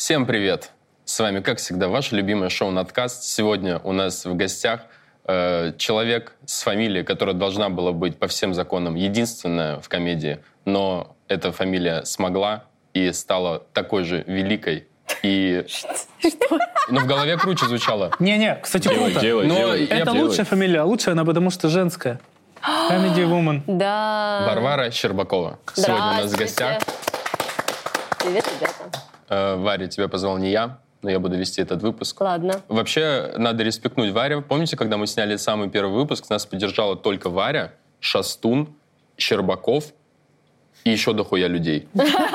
Всем привет! С вами, как всегда, ваше любимое шоу «Надкаст». Сегодня у нас в гостях человек с фамилией, которая должна была быть по всем законам единственная в комедии, но эта фамилия смогла и стала такой же великой. И... Ну, в голове круче звучало. Не-не, кстати, круто. Это лучшая фамилия, лучшая она, потому что женская. Comedy Woman. Да. Варвара Щербакова. Сегодня у нас в гостях. Привет, ребята. Варя, тебя позвал не я, но я буду вести этот выпуск. Ладно. Вообще, надо респектнуть Варю. Помните, когда мы сняли самый первый выпуск, нас поддержала только Варя, Шастун, Щербаков и еще дохуя людей.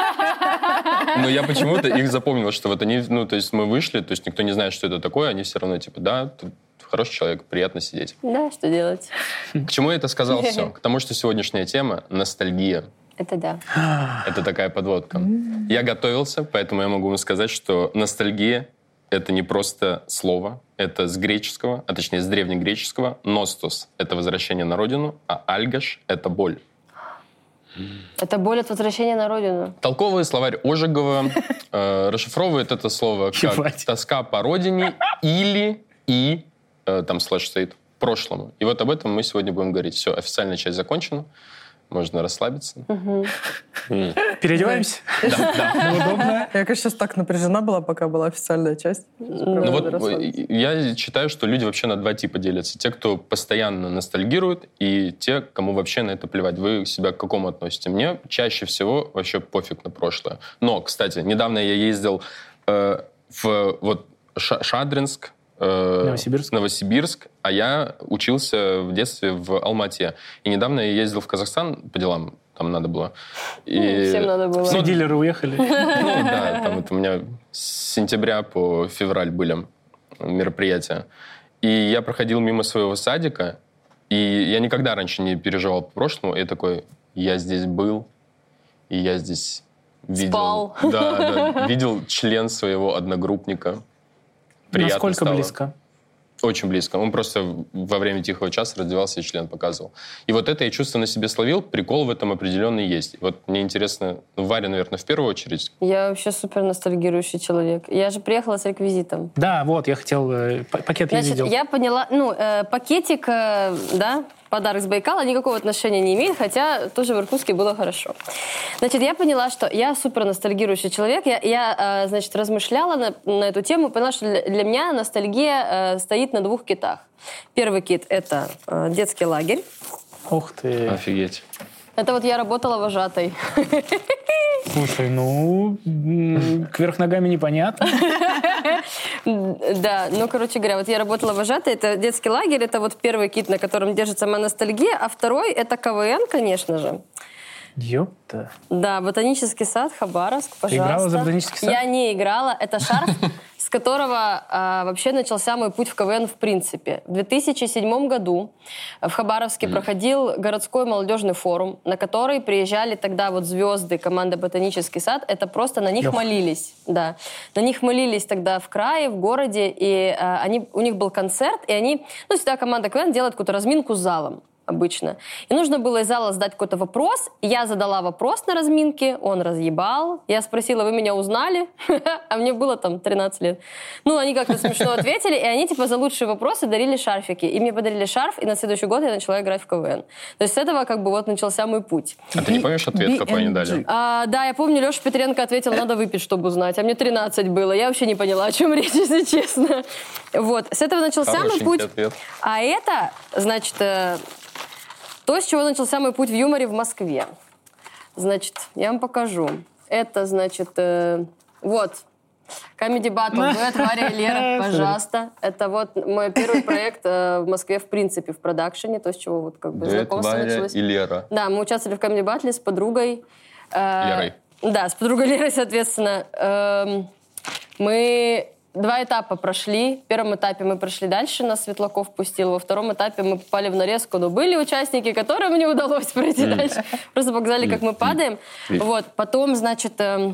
Но я почему-то их запомнил, что вот они, ну, то есть мы вышли, то есть никто не знает, что это такое, они все равно типа, да, ты хороший человек, приятно сидеть. Да, что делать? К чему я это сказал все? К тому, что сегодняшняя тема — ностальгия. Это да. Это такая подводка. Я готовился, поэтому я могу вам сказать, что ностальгия — это не просто слово, это с греческого, а точнее с древнегреческого. Ностос — это возвращение на родину, а альгаш — это боль. Это боль от возвращения на родину. Толковый словарь Ожегова расшифровывает это слово как тоска по родине или и, там слэш стоит, прошлому. И вот об этом мы сегодня будем говорить. Все, официальная часть закончена. Можно расслабиться. Переодеваемся? Да. Удобно. Я, конечно, сейчас так напряжена была, пока была официальная часть. Ну вот я считаю, что люди вообще на два типа делятся. Те, кто постоянно ностальгирует, и те, кому вообще на это плевать. Вы себя к какому относите? Мне чаще всего вообще пофиг на прошлое. Но, кстати, недавно я ездил в вот Шадринск, Новосибирск, а я учился в детстве в Алмате. И недавно я ездил в Казахстан по делам, там надо было. И... Всем надо было. Все дилеры уехали. Ну да, там вот у меня с сентября по февраль были мероприятия. И я проходил мимо своего садика, и я никогда раньше не переживал по прошлому. И я такой, я здесь был, и я здесь видел... Спал. Да, видел член своего одногруппника. Приятно Насколько стало. близко? Очень близко. Он просто во время тихого часа раздевался и член показывал. И вот это я чувство на себе словил, прикол в этом определенный есть. Вот мне интересно, Варя, наверное, в первую очередь. Я вообще супер ностальгирующий человек. Я же приехала с реквизитом. Да, вот, я хотел... Пакет я видел. Я поняла, пакетик, да, подарок с Байкала никакого отношения не имеет, хотя тоже в Иркутске было хорошо. Значит, я поняла, что я супер ностальгирующий человек. Я значит, размышляла на эту тему, поняла, что для меня ностальгия стоит на двух китах. Первый кит — это детский лагерь. Ух ты. Офигеть. Это вот я работала вожатой. Слушай, кверх ногами непонятно. Да, короче говоря, вот я работала вожатой, это детский лагерь, это вот первый кит, на котором держится моя ностальгия, а второй — это КВН, конечно же. Ёпта. Да, ботанический сад, Хабаровск, пожалуйста. Ты играла за ботанический сад? Я не играла, это шарф, с которого вообще начался мой путь в КВН в принципе. В 2007 году в Хабаровске проходил городской молодежный форум, на который приезжали тогда вот звезды команды «Ботанический сад». Это просто на них молились. Да. На них молились тогда в крае, в городе, и у них был концерт, и они, всегда команда КВН делает какую-то разминку с залом обычно. И нужно было из зала задать какой-то вопрос. Я задала вопрос на разминке, он разъебал. Я спросила, вы меня узнали? А мне было там 13 лет. Они как-то смешно ответили, и они за лучшие вопросы дарили шарфики. И мне подарили шарф, и на следующий год я начала играть в КВН. То есть с этого начался мой путь. А ты не помнишь ответ, какой они дали? Да, я помню, Леша Петренко ответил, надо выпить, чтобы узнать. А мне 13 было. Я вообще не поняла, о чем речь, если честно. Вот. С этого начался мой путь. Ответ. А это, значит... То, с чего начался мой путь в юморе в Москве. Значит, я вам покажу. Это, значит, вот, Comedy Battle, дуэт Варя и Лера, пожалуйста. Это вот мой первый проект в Москве, в принципе, в продакшене, то, с чего знакомство началось. Варя и Лера. Да, мы участвовали в Comedy Battle с подругой. Лерой. Да, с подругой Лерой, соответственно. Мы 2 этапа прошли. В первом этапе мы прошли дальше, нас Светлаков пустил. Во втором этапе мы попали в нарезку, но были участники, которым не удалось пройти дальше. Просто показали, как мы падаем. Вот. Потом, значит,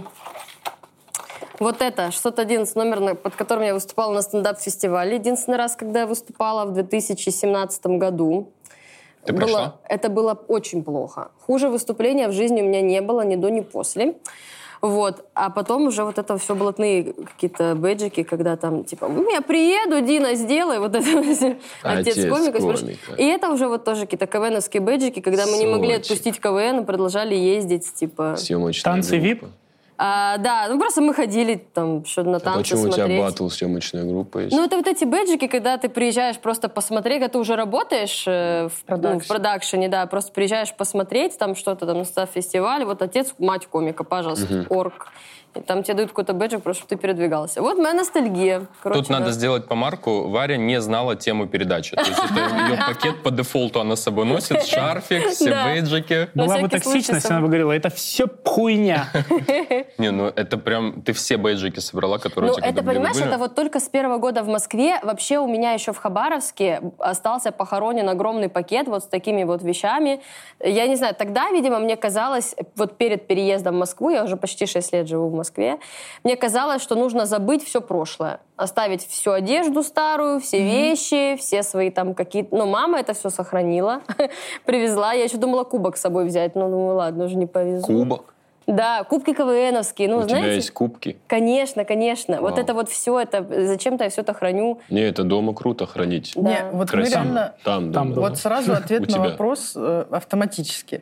вот это, 611 номер, под которым я выступала на стендап-фестивале. Единственный раз, когда я выступала в 2017 году. Ты прошла? Это было очень плохо. Хуже выступления в жизни у меня не было ни до, ни после. Вот. А потом уже вот это все блатные какие-то бэджики, когда там, типа, я приеду, Дина, сделай вот это. Отец комика. И это уже вот тоже какие-то КВНовские бэджики, когда мы не могли отпустить КВН и продолжали ездить, типа... Танцы ВИП? Да, просто мы ходили там что-то на танцы почему смотреть. у тебя батл съемочная группа есть? Это вот эти бэджики, когда ты приезжаешь просто посмотреть, когда ты уже работаешь в продакшене, да, просто приезжаешь посмотреть там что-то, там, на фестивале, вот отец, мать комика, пожалуйста, орг. И там тебе дают какой-то бэджик, просто чтобы ты передвигался. Вот моя ностальгия. Тут надо сделать помарку. Варя не знала тему передачи. То есть это ее пакет по дефолту она с собой носит, шарфик, все бэджики. Была бы токсичность, она бы говорила, это все хуйня. Не, это прям, ты все бэджики собрала, которые у тебя это, понимаешь, это вот только с первого года в Москве. Вообще у меня еще в Хабаровске остался похоронен огромный пакет вот с такими вот вещами. Я не знаю, тогда, видимо, мне казалось, вот перед переездом в Москву, я уже почти 6 лет живу в Москве, мне казалось, что нужно забыть все прошлое. Оставить всю одежду старую, все вещи, все свои там какие-то... мама это все сохранила, привезла. Я еще думала кубок с собой взять. Думаю, ладно, уже не повезу. Кубок? Да, кубки КВНовские. У тебя есть кубки? Конечно, конечно. Вау. Вот это вот все, это зачем-то я все это храню. Не, это дома круто хранить. Да. Не, вот мы реально... Там. Вот сразу ответ на вопрос автоматически.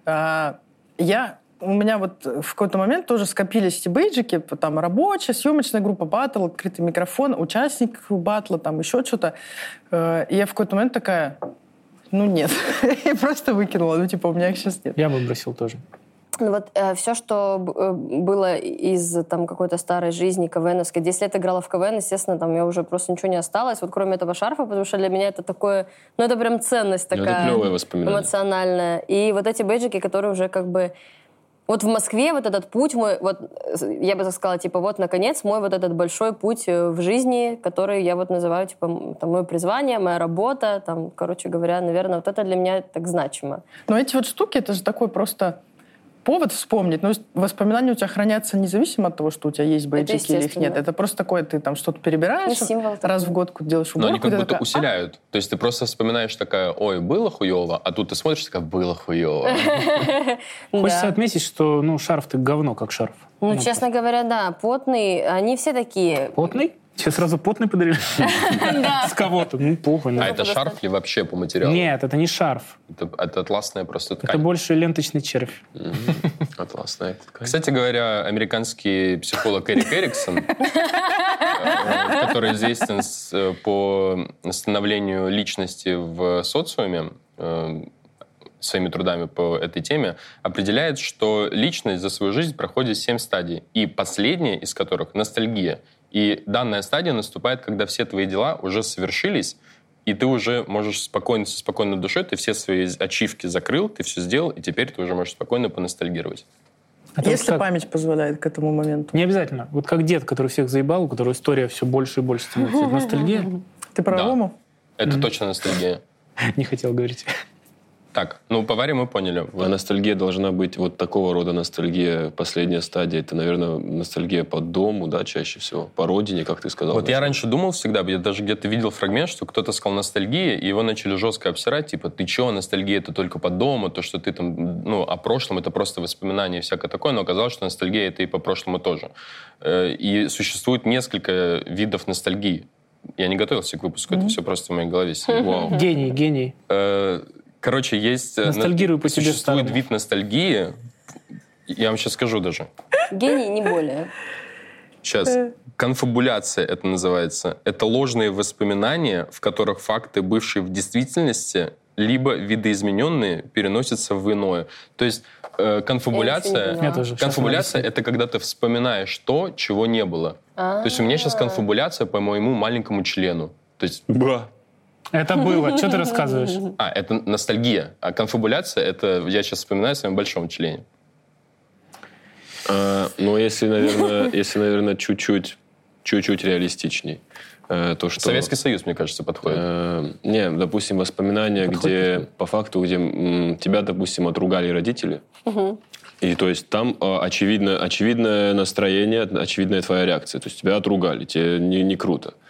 У меня вот в какой-то момент тоже скопились эти бейджики, там рабочая, съемочная группа, батл, открытый микрофон, участник батла, там еще что-то. И я в какой-то момент такая, нет. И просто выкинула, у меня их сейчас нет. Я выбросил тоже. Все, что было из там какой-то старой жизни КВНовской. 10 лет играла в КВН, естественно, там я уже просто ничего не осталось, вот кроме этого шарфа, потому что для меня это такое, это прям ценность такая эмоциональная. И вот эти бейджики, которые уже как бы... Вот в Москве вот этот путь мой, я бы так сказала, наконец, мой вот этот большой путь в жизни, который я называю, мое призвание, моя работа, короче говоря, наверное, вот это для меня так значимо. Но эти вот штуки, это же такой просто повод вспомнить. Воспоминания у тебя хранятся независимо от того, что у тебя есть бейджики или их нет. Это просто такое, ты там что-то перебираешь, раз в год делаешь уборку. Но они как будто усиляют. То есть ты просто вспоминаешь такая, ой, было хуево, а тут ты смотришь, такая, было хуево. Хочется отметить, что, шарф-то говно, как шарф. Честно говоря, да, потный, они все такие. Потный? Тебе сразу потный подарили? С кого-то? Похуй. А это шарф или вообще по материалу? Нет, это не шарф. Это атласная просто ткань. Это больше ленточный червь. Атласная ткань. Кстати говоря, американский психолог Эрик Эриксон, который известен по становлению личности в социуме, своими трудами по этой теме, определяет, что личность за свою жизнь проходит 7 стадий, и последняя из которых — ностальгия. И данная стадия наступает, когда все твои дела уже совершились, и ты уже можешь со спокойной душой, ты все свои ачивки закрыл, ты все сделал, и теперь ты уже можешь спокойно поностальгировать. Если память позволяет к этому моменту. Не обязательно. Вот как дед, который всех заебал, у которого история все больше и больше становится. Ностальгия. Ты про Рому? Это точно ностальгия. Не хотел говорить. Так, по Варе мы поняли. А ностальгия должна быть вот такого рода ностальгия. Последняя стадия — это, наверное, ностальгия по дому, да, чаще всего. По родине, как ты сказал. Вот я раньше думал всегда, я даже где-то видел фрагмент, что кто-то сказал ностальгия, и его начали жестко обсирать, ты чё, ностальгия — это только по дому, то, что ты там, о прошлом, это просто воспоминания и всякое такое, но оказалось, что ностальгия — это и по прошлому тоже. И существует несколько видов ностальгии. Я не готовился к выпуску, это все просто в моей голове сидит. Вау. Гений. Короче, существует вид ностальгии. Я вам сейчас скажу даже. Гений, не более. Сейчас. Конфабуляция это называется. Это ложные воспоминания, в которых факты, бывшие в действительности, либо видоизмененные, переносятся в иное. То есть конфабуляция это когда ты вспоминаешь то, чего не было. То есть у меня сейчас конфабуляция по моему маленькому члену. То есть... Это было. Что ты рассказываешь? Это ностальгия. А конфабуляция — это я сейчас вспоминаю о своем большом члене. Если, наверное, чуть-чуть реалистичней. То, что... Советский Союз, мне кажется, подходит. Допустим, воспоминания, где по факту, где тебя, допустим, отругали родители. И то есть там очевидное настроение, очевидная твоя реакция. То есть тебя отругали, тебе не круто.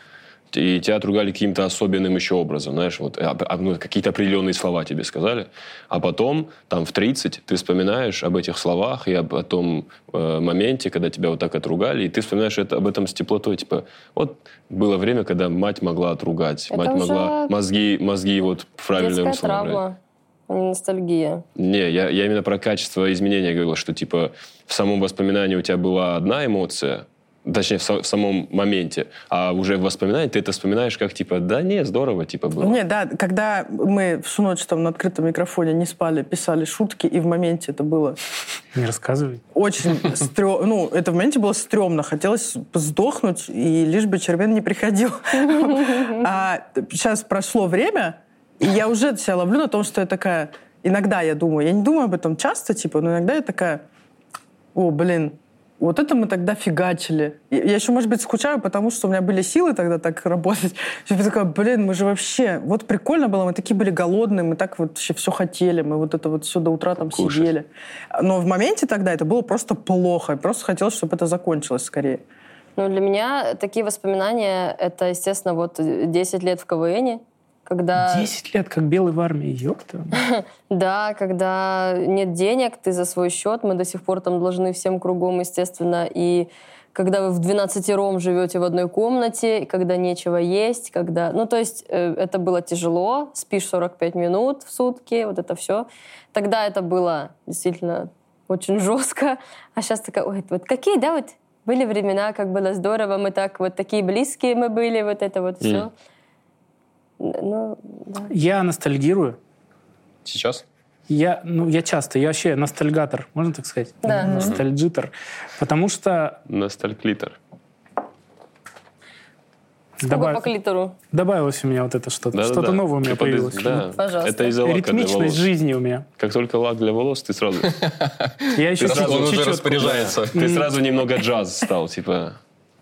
и тебя отругали каким-то особенным еще образом, знаешь, вот какие-то определенные слова тебе сказали, а потом, там, в 30 ты вспоминаешь об этих словах и об том моменте, когда тебя вот так отругали, и ты вспоминаешь об этом с теплотой, типа, вот было время, когда мать могла отругать, это мать могла мозги вот правильно детская травма, а не ностальгия. Не, я именно про качество изменения говорил, что, типа, в самом воспоминании у тебя была одна эмоция, точнее, в самом моменте, а уже в воспоминании ты это вспоминаешь как, типа, да не, здорово, типа, было. Не, да, когда мы всю ночь там на открытом микрофоне не спали, писали шутки, и в моменте это было... Не рассказывай. Очень стрёмно. Ну, это в моменте было стрёмно. Хотелось сдохнуть, и лишь бы Червен не приходил. А сейчас прошло время, и я уже себя ловлю на том, что я такая... Иногда я думаю, я не думаю об этом часто, типа, но иногда я такая... О, блин, вот это мы тогда фигачили. Я еще, может быть, скучаю, потому что у меня были силы тогда так работать. Я такая, блин, мы же вообще... Вот прикольно было, мы такие были голодные, мы так вот вообще все хотели, мы вот это вот все до утра там сидели. Но в моменте тогда это было просто плохо. Просто хотелось, чтобы это закончилось скорее. Ну, для меня такие воспоминания, это, естественно, вот 10 лет в КВНе, когда... 10 лет, как белый в армии, ёпта. Да, когда нет денег, ты за свой счет, мы до сих пор там должны всем кругом, естественно, и когда вы в 12-ром живете в одной комнате, когда нечего есть, когда... Ну, то есть это было тяжело, спишь 45 минут в сутки, вот это все. Тогда это было действительно очень жестко, а сейчас такая, ой, вот какие, да, вот были времена, как было здорово, мы так вот такие близкие мы были, вот это вот все. Ну, да. Я ностальгирую. Сейчас? Я часто, я вообще ностальгатор, можно так сказать? Да. Ностальджитор. Потому что... Ностальклитор. Сколько по клитору? Добавилось у меня вот это что-то. Да, что-то да. новое у меня появилось. Да. Пожалуйста. Это из-за лака для волос. Ритмичность жизни у меня. Как только лак для волос, ты сразу... Я еще Он уже чуть-чуть распоряжается. Ты сразу немного джаз стал, типа...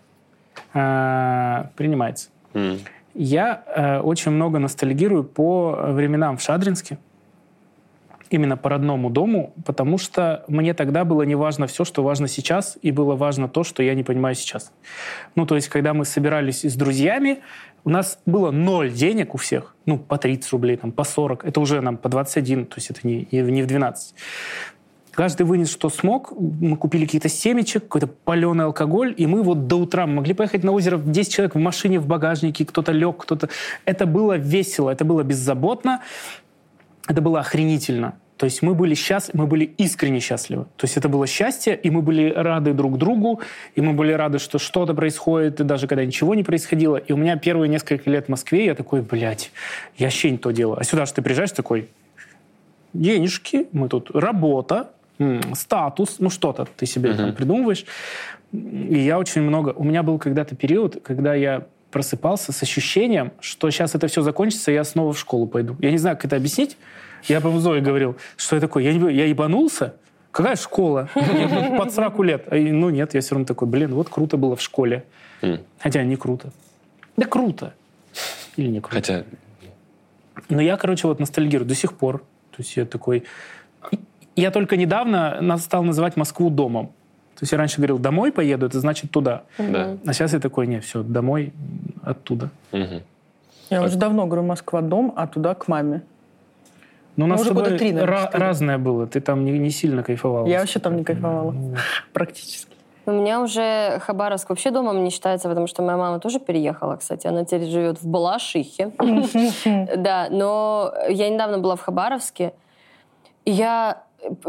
принимается. Я очень много ностальгирую по временам в Шадринске. Именно по родному дому, потому что мне тогда было не важно все, что важно сейчас, и было важно то, что я не понимаю сейчас. Ну, то есть, когда мы собирались с друзьями, у нас было 0 денег у всех, ну, по 30 рублей, там, по 40, это уже нам по 21, то есть это не в 12. Каждый вынес, что смог. Мы купили какие-то семечек, какой-то паленый алкоголь, и мы вот до утра могли поехать на озеро 10 человек в машине, в багажнике, кто-то лег, кто-то... Это было весело, это было беззаботно, это было охренительно. То есть мы были счастливы, мы были искренне счастливы. То есть это было счастье, и мы были рады друг другу, и мы были рады, что что-то происходит, и даже когда ничего не происходило. И у меня первые несколько лет в Москве я такой, блядь, я вообще не то делаю. А сюда же ты приезжаешь такой, денежки, мы тут, работа, статус, ну что-то ты себе там придумываешь. И я очень много... У меня был когда-то период, когда я просыпался с ощущением, что сейчас это все закончится, и я снова в школу пойду. Я не знаю, как это объяснить. Я, по-моему, Зое говорил, что я такой, я ебанулся? Какая школа? Под 40 лет. Ну нет, я все равно такой, блин, вот круто было в школе. Хотя не круто. Да круто. Или не круто. Хотя... Но я, короче, вот ностальгирую до сих пор. То есть я такой... Я только недавно стал называть Москву домом. То есть я раньше говорил, домой поеду, это значит туда. Да. А сейчас я такой, не, все, домой, оттуда. Я уже давно говорю, Москва дом, а туда к маме. Но у нас уже года 3, наверное, разное было. Ты там не сильно кайфовала. Я вообще там не кайфовала. Практически. У меня уже Хабаровск вообще домом не считается, потому что моя мама тоже переехала, кстати. Она теперь живет в Балашихе. Да, но я недавно была в Хабаровске, и я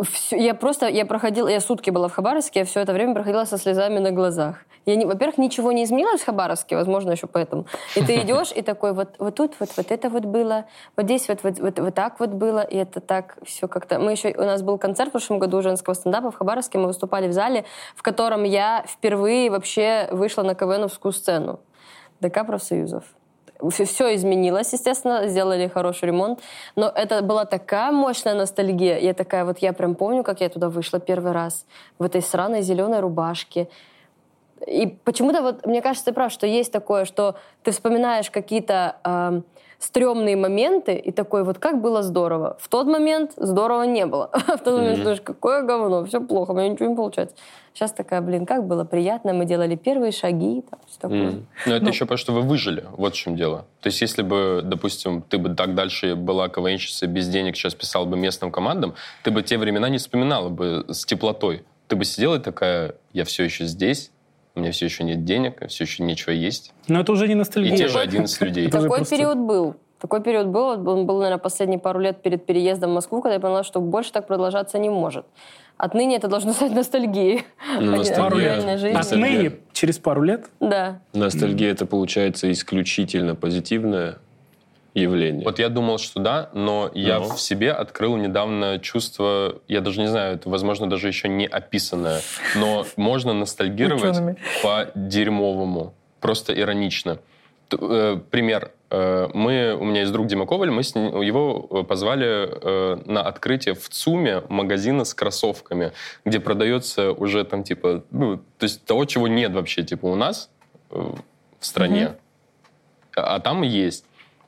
сутки была в Хабаровске, я все это время проходила со слезами на глазах. Во-первых, ничего не изменилось в Хабаровске, возможно, еще поэтому. И ты идешь, и такой, вот тут вот это вот было, вот здесь вот так вот было, и это так все как-то... У нас был концерт в прошлом году женского стендапа в Хабаровске, мы выступали в зале, в котором я впервые вообще вышла на КВНовскую сцену. ДК профсоюзов. Все изменилось, естественно, сделали хороший ремонт, но это была такая мощная ностальгия. Я прям помню, как я туда вышла первый раз в этой сраной зеленой рубашке. И почему-то вот, мне кажется, ты прав, что есть такое, что ты вспоминаешь какие-то стрёмные моменты и такой, вот как было здорово. В тот момент здорово не было. В тот момент думаешь, какое говно, все плохо, у меня ничего не получается. Сейчас такая, как было приятно, мы делали первые шаги, там, все такое. Но это еще потому, что вы выжили, вот в чем дело. То есть если бы, допустим, ты бы так дальше была КВНщицей без денег, сейчас писал бы местным командам, ты бы те времена не вспоминала бы с теплотой. Ты бы сидела и такая, я все еще здесь, у меня все еще нет денег, все еще нечего есть. Но это уже не ностальгия. И те же 11 людей. Такой период был. Он был, наверное, последние пару лет перед переездом в Москву, когда я поняла, что больше так продолжаться не может. Отныне это должно стать ностальгией. Пару лет. Отныне, через пару лет? Да. Ностальгия — это, получается, исключительно позитивное явление. Вот я думал, что да, но я в себе открыл недавно чувство, я даже не знаю, это, возможно, даже еще не описанное, но можно ностальгировать по-дерьмовому, просто иронично. Пример. У меня есть друг Дима Коваль, его позвали на открытие в ЦУМе магазина с кроссовками, где продается уже там типа, то есть того, чего нет вообще типа у нас в стране, а там есть.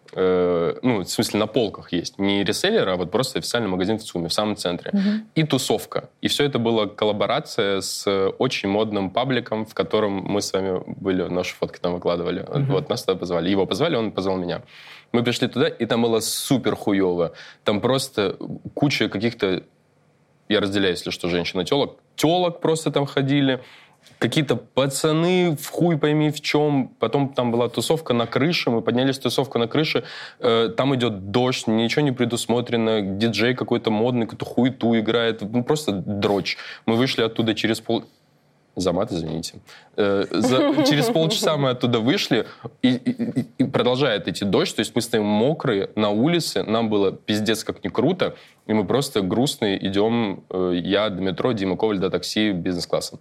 В смысле, на полках есть. Не реселлер, а вот просто официальный магазин в ЦУМе, в самом центре. И тусовка. И все это была коллаборация с очень модным пабликом, в котором мы с вами были, наши фотки там выкладывали. Вот нас туда позвали. Его позвали, он позвал меня. Мы пришли туда, и там было супер хуево. Там просто куча каких-то, я разделяю, если что, женщин-телок. Телок просто там ходили. Какие-то пацаны в хуй пойми в чем. Потом там была тусовка на крыше. Мы поднялись в тусовку на крыше. Там идет дождь, ничего не предусмотрено. Диджей какой-то модный, какую-то хуету играет. Просто дрочь. Мы вышли оттуда через Замат, извините. Через полчаса мы оттуда вышли, и продолжает идти дождь. То есть мы стоим мокрые на улице. Нам было пиздец как не круто. И мы просто грустные идем. Я до метро, Дима Коваль до такси бизнес-классом.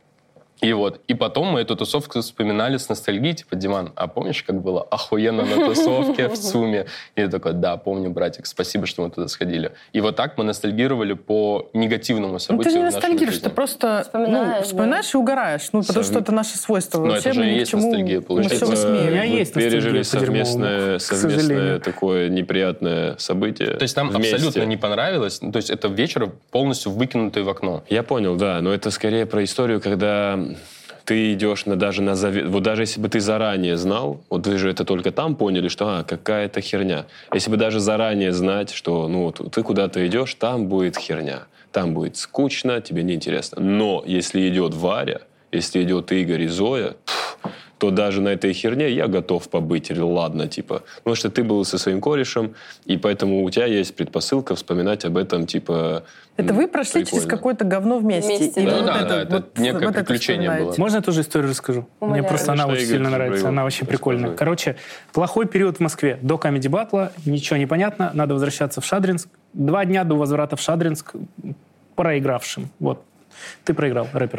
И потом мы эту тусовку вспоминали с ностальгией, типа, Диман, а помнишь, как было охуенно на тусовке в ЦУМе? И я такой, да, помню, братик, спасибо, что мы туда сходили. И вот так мы ностальгировали по негативному событию. Ты не ностальгируешь, ты просто вспоминаешь и угораешь, потому что это наше свойство. Но это же и есть ностальгия, получается. У меня есть пережили совместное такое неприятное событие. То есть нам абсолютно не понравилось, то есть это вечер полностью выкинутый в окно. Я понял, да, но это скорее про историю, когда ты идешь даже вот даже если бы ты заранее знал, вот вы же это только там поняли, что какая-то херня. Если бы даже заранее знать, что ты куда-то идешь, там будет херня, там будет скучно, тебе неинтересно. Но если идет Варя, если идет Игорь и Зоя, то даже на этой херне я готов побыть, или ладно, типа. Потому что ты был со своим корешем, и поэтому у тебя есть предпосылка вспоминать об этом, типа, это вы прошли через какое-то говно вместе. И это некое приключение было. Можно я тоже историю расскажу? Мне просто она очень сильно нравится, она вообще прикольная. Короче, плохой период в Москве. До Comedy Battle, ничего не понятно, надо возвращаться в Шадринск. 2 дня до возврата в Шадринск проигравшим. Вот, ты проиграл, рэпер.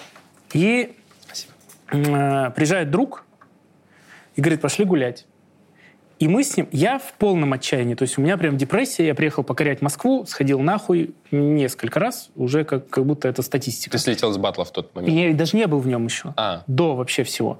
И приезжает друг и говорит, пошли гулять. И мы с ним, я в полном отчаянии, то есть у меня прям депрессия, я приехал покорять Москву, сходил нахуй несколько раз, уже как будто это статистика. Ты слетел с батла в тот момент? Я даже не был в нем еще, до вообще всего.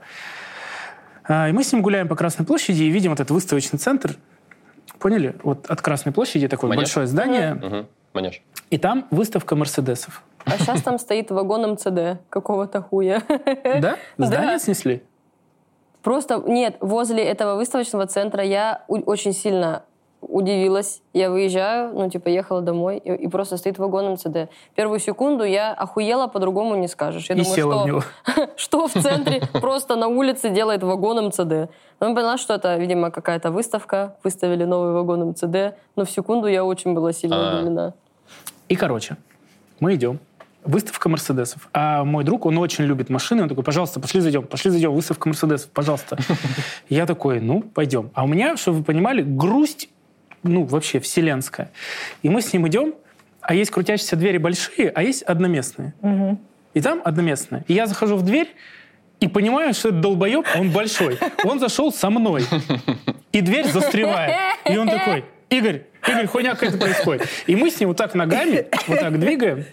И мы с ним гуляем по Красной площади и видим вот этот выставочный центр, поняли? Вот от Красной площади такое большое здание, Манеж. И там выставка мерседесов. А сейчас там стоит вагон МЦД какого-то хуя. Да? Здание снесли? Просто, нет, возле этого выставочного центра я очень сильно удивилась. Я выезжаю, ехала домой, и просто стоит вагон МЦД. Первую секунду я охуела, по-другому не скажешь. Я думаю, села в него. Что в центре просто на улице делает вагон МЦД? Но я поняла, что это, видимо, какая-то выставка. Выставили новый вагон МЦД. Но в секунду я очень была сильно удивлена. И, короче, мы идем. Выставка мерседесов. А мой друг, он очень любит машины. Он такой, пожалуйста, пошли зайдем, выставка мерседесов, пожалуйста. Я такой, пойдем. А у меня, чтобы вы понимали, грусть, вообще вселенская. И мы с ним идем, а есть крутящиеся двери большие, а есть одноместные. И там одноместные. И я захожу в дверь и понимаю, что это долбоеб, он большой. Он зашел со мной. И дверь застревает. И он такой, Игорь, хуйня какая-то происходит. И мы с ним вот так ногами, вот так двигаем.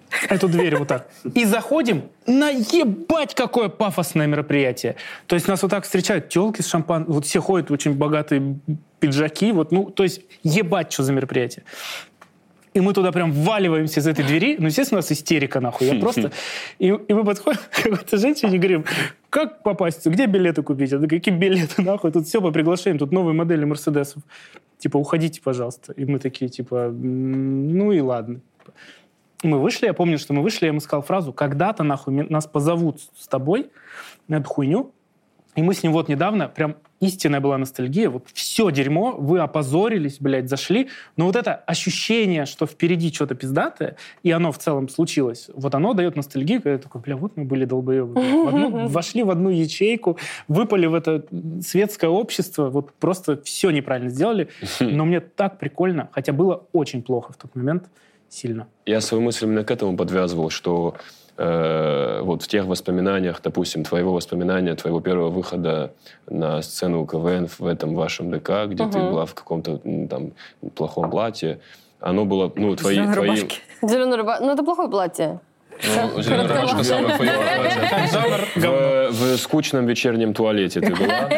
эту дверь вот так. И заходим, наебать, какое пафосное мероприятие. То есть нас вот так встречают тёлки с шампанским, вот все ходят в очень богатые пиджаки, вот, ну, то есть ебать, что за мероприятие. И мы туда прям вваливаемся из этой двери. Ну, естественно, у нас истерика, нахуй. Я просто... И мы подходим к какой-то женщине и говорим, как попасть? Где билеты купить? Она такая, какие билеты, нахуй? Тут все по приглашениям, тут новые модели Мерседесов. Типа, уходите, пожалуйста. И мы такие, типа, ну и ладно. Мы вышли, я помню, что мы вышли, я ему сказал фразу, когда-то, нахуй, нас позовут с тобой на эту хуйню. И мы с ним вот недавно, прям истинная была ностальгия, вот все дерьмо, вы опозорились, блядь, зашли, но вот это ощущение, что впереди что-то пиздатое, и оно в целом случилось, вот оно дает ностальгию, когда я такой, бля, вот мы были долбоебы. Вошли в одну ячейку, выпали в это светское общество, вот просто все неправильно сделали, но мне так прикольно, хотя было очень плохо в тот момент, сильно. Я свою мысль именно к этому подвязывал, что вот в тех воспоминаниях, допустим, твоего воспоминания, твоего первого выхода на сцену КВН в этом вашем ДК, где ты была в каком-то там плохом платье, оно было, ну, твои... Зеленая рубашка. Ну, это плохое платье. Ну, зеленая рубашка самое хуёвое. В скучном вечернем туалете ты была.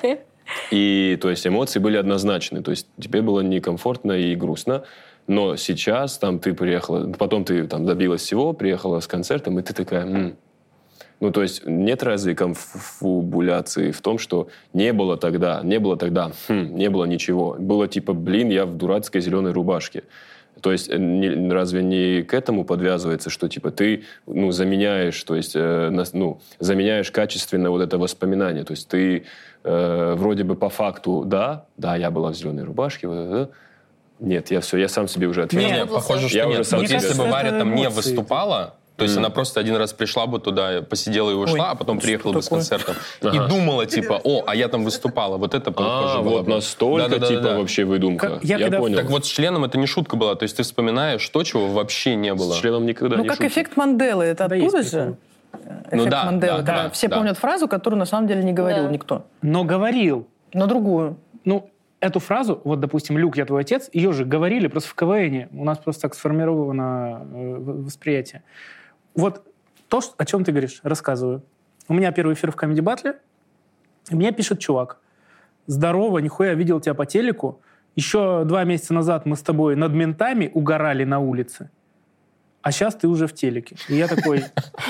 И, то есть, эмоции были однозначны. То есть, тебе было некомфортно и грустно. Но сейчас там ты приехала, потом ты там добилась всего, приехала с концертом, и ты такая... Ну, то есть нет разве конфабуляции в том, что не было тогда, не было ничего. Было типа, блин, я в дурацкой зеленой рубашке. То есть разве не к этому подвязывается, что типа ты, ну, заменяешь, то есть, заменяешь качественно вот это воспоминание. То есть ты вроде бы по факту, да, я была в зеленой рубашке, нет, я сам себе уже ответил. Нет, похоже, что нет. Вот если бы Варя там не выступала, то есть она просто один раз пришла бы туда, посидела и ушла, а потом приехала бы с концертом. И думала, типа, а я там выступала. Вот это похоже было. Вот настолько, вообще выдумка. Я понял. Так вот, с членом это не шутка была. То есть ты вспоминаешь то, чего вообще не было. С членом никогда не шутка. Ну, как эффект Манделы. Это оттуда же? Эффект Манделы. Да, все помнят фразу, которую на самом деле не говорил никто. Но говорил. Но другую. Ну, эту фразу, вот, допустим, «Люк, я твой отец», ее же говорили просто в КВНе. У нас просто так сформировано восприятие. Вот то, о чем ты говоришь, рассказываю. У меня первый эфир в Comedy Battle, и мне пишет чувак. «Здорово, нихуя, видел тебя по телеку. Еще 2 месяца назад мы с тобой над ментами угорали на улице, а сейчас ты уже в телеке». И я такой...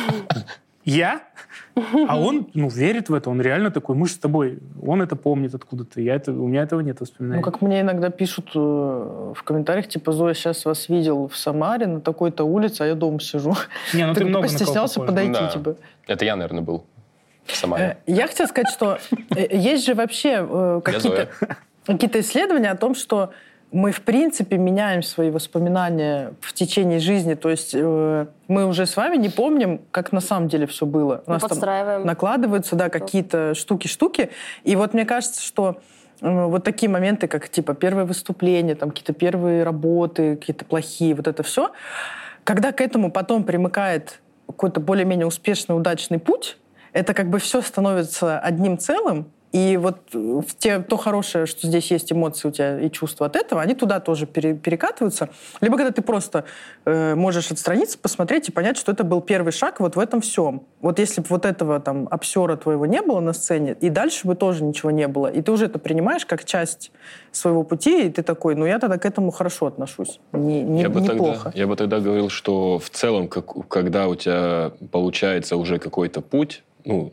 Я? А он, верит в это, он реально такой, мы же с тобой, он это помнит откуда-то, у меня этого нет воспоминаний. Ну, как мне иногда пишут в комментариях, типа, Зоя, сейчас вас видел в Самаре на такой-то улице, а я дома сижу. Не, ну ты много постеснялся подойти, типа. Это я, наверное, был в Самаре. Я хотела сказать, что есть же вообще какие-то исследования о том, что мы, в принципе, меняем свои воспоминания в течение жизни. То есть мы уже с вами не помним, как на самом деле все было. У нас там накладываются какие-то штуки. И вот мне кажется, что вот такие моменты, как типа первое выступление, там какие-то первые работы, какие-то плохие, вот это все, когда к этому потом примыкает какой-то более-менее успешный, удачный путь, это как бы все становится одним целым. И вот то хорошее, что здесь есть эмоции у тебя и чувства от этого, они туда тоже перекатываются. Либо когда ты просто можешь отстраниться, посмотреть и понять, что это был первый шаг вот в этом всем. Вот если бы вот этого там обсера твоего не было на сцене, и дальше бы тоже ничего не было. И ты уже это принимаешь как часть своего пути, и ты такой, я тогда к этому хорошо отношусь. Неплохо. Я бы тогда говорил, что в целом, когда у тебя получается уже какой-то путь,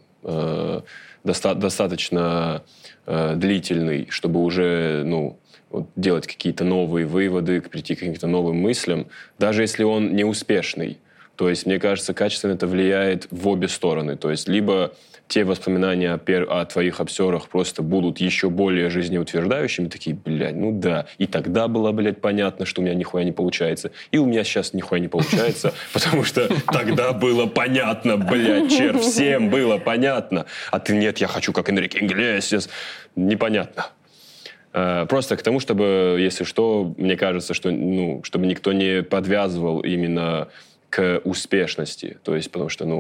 достаточно длительный, чтобы уже делать какие-то новые выводы, прийти к каким-то новым мыслям, даже если он не успешный. То есть, мне кажется, качественно это влияет в обе стороны. То есть, либо те воспоминания о твоих обсерах просто будут еще более жизнеутверждающими, такие, и тогда было, понятно, что у меня нихуя не получается. И у меня сейчас нихуя не получается, потому что тогда было понятно, черт, всем было понятно. А ты, нет, я хочу как Энрике Иглесиас. Непонятно. Просто к тому, чтобы, если что, мне кажется, что, чтобы никто не подвязывал именно к успешности. То есть, потому что,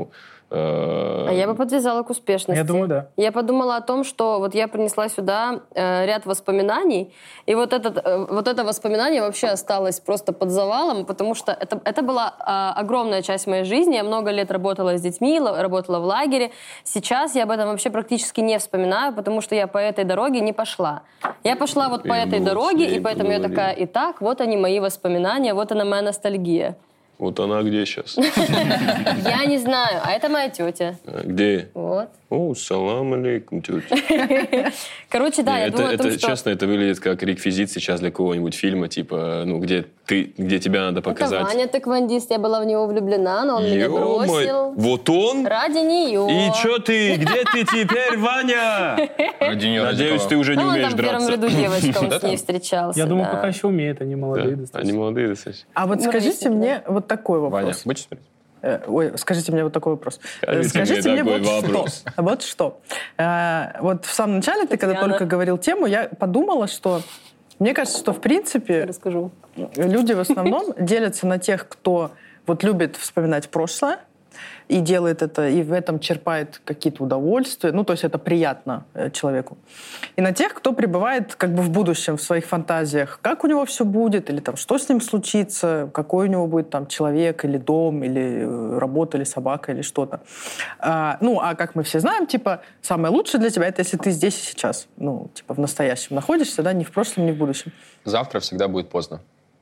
А я бы подвязала к успешности. Я думаю, да. Я подумала о том, что вот я принесла сюда ряд воспоминаний, и вот это воспоминание вообще осталось просто под завалом, потому что это была огромная часть моей жизни. Я много лет работала с детьми, работала в лагере. Сейчас я об этом вообще практически не вспоминаю, потому что я по этой дороге не пошла. Я пошла вот по этой дороге, и поэтому я такая, итак, вот они мои воспоминания, вот она моя ностальгия. Вот она где сейчас? Я не знаю, а это моя тетя. Где? Вот. О, салам алейкум, тетя. Короче, да, я думаю о том, что... Честно, это выглядит как реквизит сейчас для какого-нибудь фильма, типа, ну, где тебя надо показать. Это Ваня тэквондист, я была в него влюблена, но он меня бросил. Вот он? Ради нее. И чё ты? Где ты теперь, Ваня? Ради нее, Надеюсь, ты уже не умеешь Он там в первом драться. ряду девочка, он с ней встречался. Я думаю, да. пока еще умеет, они молодые Да, достаточно. они молодые достаточно. А вот скажите мне вот такой Ваня, вопрос. будешь смотреть? Скажите мне вот такой вопрос. Скажите мне такой вот вопрос. что. Вот что. Вот в самом начале ты, когда только говорил тему, я подумала, что мне кажется, что в принципе Расскажу. люди в основном делятся на тех, кто вот любит вспоминать прошлое и делает это, и в этом черпает какие-то удовольствия. Ну, то есть это приятно человеку. И на тех, кто пребывает как бы в будущем, в своих фантазиях, как у него все будет, или там что с ним случится, какой у него будет там человек, или дом, или работа, или собака, или что-то. А как мы все знаем, типа, самое лучшее для тебя — это если ты здесь и сейчас. Ну, типа, в настоящем находишься, да, не в прошлом, не в будущем. Завтра всегда будет поздно.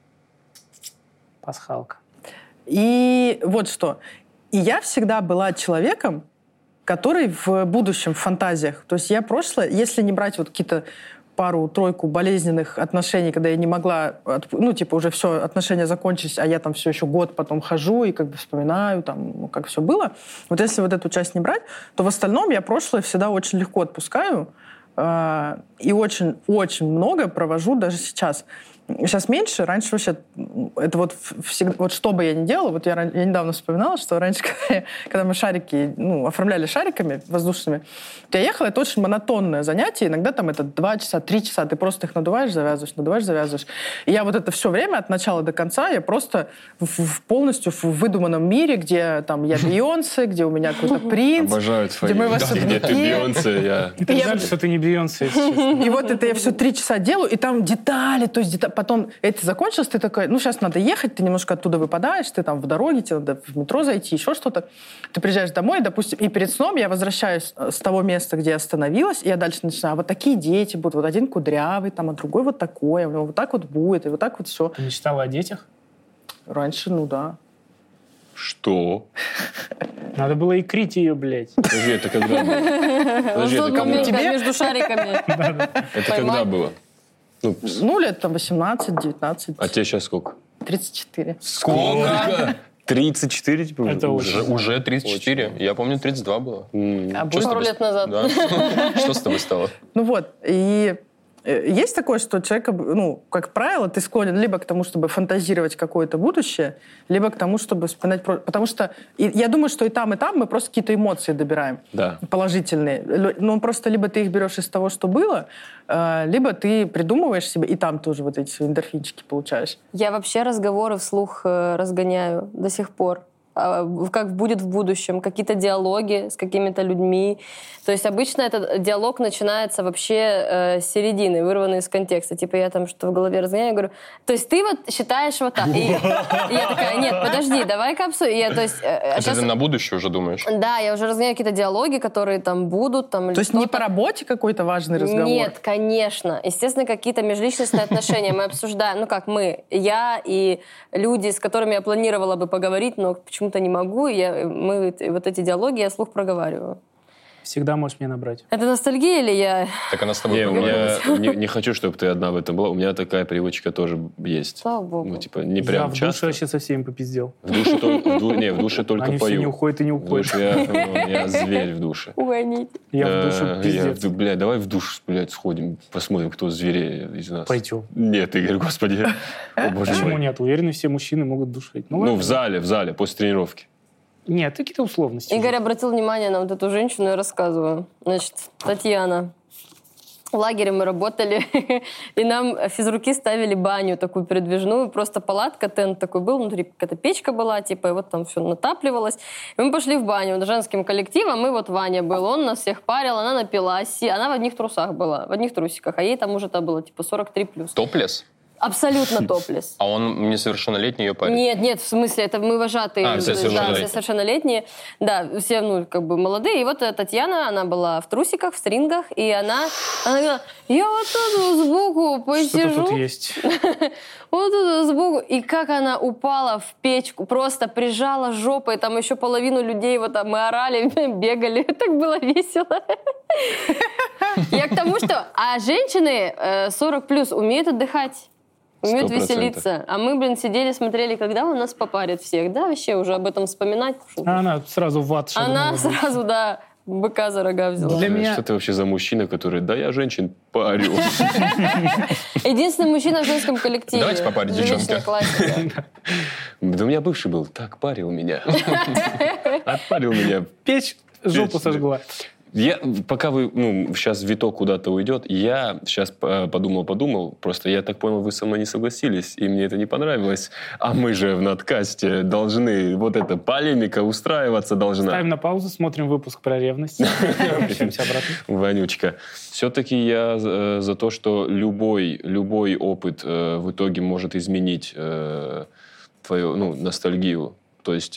Пасхалка. И вот что. И я всегда была человеком, который в будущем, в фантазиях. То есть я прошлое, если не брать вот какие-то пару-тройку болезненных отношений, когда я не могла, ну, типа, уже все, отношения закончились, а я там все еще год потом хожу и как бы вспоминаю, там, как все было. Вот если вот эту часть не брать, то в остальном я прошлое всегда очень легко отпускаю и очень-очень много провожу даже сейчас. Сейчас меньше, раньше вообще, это вот всегда, вот что бы я ни делала, вот я недавно вспоминала, что раньше, когда мы шарики, оформляли шариками воздушными, я ехала, это очень монотонное занятие, иногда там это 2 часа, 3 часа, ты просто их надуваешь, завязываешь. И я вот это все время, от начала до конца, я просто полностью в выдуманном мире, где там я Бейонсе, где у меня какой-то принц. Обожаю твои. Где мы в особняке. Где ты Бейонсе, я... Это жаль, что ты не Бейонсе, если честно. И вот это я все 3 часа делаю, и там детали, то есть потом это закончилось, ты такой, сейчас надо ехать, ты немножко оттуда выпадаешь, ты там в дороге, тебе надо в метро зайти, еще что-то. Ты приезжаешь домой, допустим, и перед сном я возвращаюсь с того места, где я остановилась, и я дальше начинаю, а вот такие дети будут, вот один кудрявый, там, а другой вот такой, у него вот так вот будет, и вот так вот все. Ты мечтала о детях? Раньше, да. Что? Надо было икрить ее, блядь. Подожди, это когда было? Подожди, это когда? Тебе между шариками. Это когда было? Лет там 18-19. А тебе сейчас сколько? 34. Сколько? 34, типа? Это Уже 34. Я помню, 32 было. Пару лет назад. Да. Что с тобой стало? И есть такое, что человек, как правило, ты склонен либо к тому, чтобы фантазировать какое-то будущее, либо к тому, чтобы вспоминать... Потому что я думаю, что и там мы просто какие-то эмоции добираем. Да. Положительные. Просто либо ты их берешь из того, что было, либо ты придумываешь себе, и там тоже вот эти свои эндорфинчики получаешь. Я вообще разговоры вслух разгоняю до сих пор. Как будет в будущем, какие-то диалоги с какими-то людьми. То есть обычно этот диалог начинается вообще с середины, вырванный из контекста. Типа я там что в голове разгоняю, говорю, то есть ты вот считаешь вот так. И я такая, нет, подожди, давай-ка обсудим. Это ты на будущее уже думаешь? Да, я уже разгоняю какие-то диалоги, которые там будут. То есть не по работе какой-то важный разговор? Нет, конечно. Естественно, какие-то межличностные отношения мы обсуждаем. Я и люди, с которыми я планировала бы поговорить, но почему-то не могу, мы вот эти диалоги я вслух проговариваю. Всегда можешь меня набрать. Это ностальгия или я... Так она с тобой не хочу, чтобы ты одна в этом была. У меня такая привычка тоже есть. Слава богу. Не прям я в часто. душе вообще со всеми попиздел. В душе только Они пою. все не уходят и не В уходят. душе я зверь в душе. Угоните. Я в душе пиздец. Блядь, давай в душ, блядь, сходим, посмотрим, кто зверее из нас. Пойдем. Нет, Игорь, господи. О, боже Почему мой. нет? Уверены, все мужчины могут душить. В зале, после тренировки. Нет, какие-то условности. Игорь обратил внимание на вот эту женщину, я рассказываю. Значит, Татьяна. лагере мы работали, и нам физруки ставили баню такую передвижную, просто палатка, тент такой был, внутри какая-то печка была, типа, и вот там все натапливалось. И мы пошли в баню женским коллективом, и вот Ваня был, он нас всех парил, она напилась, она в одних трусах была, в одних трусиках, а ей там уже было, типа, 43+. Топлес? Абсолютно топлес. А он несовершеннолетний ее парень? Нет, в смысле, это мы вожатые. Все совершеннолетние. Все совершеннолетние. Да, все, молодые. И вот Татьяна, она была в трусиках, в стрингах, и она говорила, я вот тут сбоку посижу. Что-то тут есть. Вот тут сбоку. И как она упала в печку, просто прижала жопой, там еще половину людей, вот там мы орали, бегали. Так было весело. Я к тому, что... А женщины 40+ умеют отдыхать. Умеют 100%. веселиться. А мы, сидели, смотрели, когда у нас попарят всех. Да, вообще уже об этом вспоминать. А она сразу в ад шагнула. Она сразу, да, быка за рога взяла. Для меня... Что ты вообще за мужчина, который, да, я женщин парю. Единственный мужчина в женском коллективе. Давайте попарить, девчонки. Да у меня бывший был, так парил меня. Отпарил меня. Печь жопу сожгла. Пока вы, сейчас виток куда-то уйдет, я сейчас подумал, просто я так понял, вы со мной не согласились, и мне это не понравилось. А мы же в надкасте должны, вот эта полемика устраиваться должна. Ставим на паузу, смотрим выпуск про ревность. Возвращаемся обратно. Вонючка. Все-таки я за то, что любой опыт в итоге может изменить твою ностальгию. То есть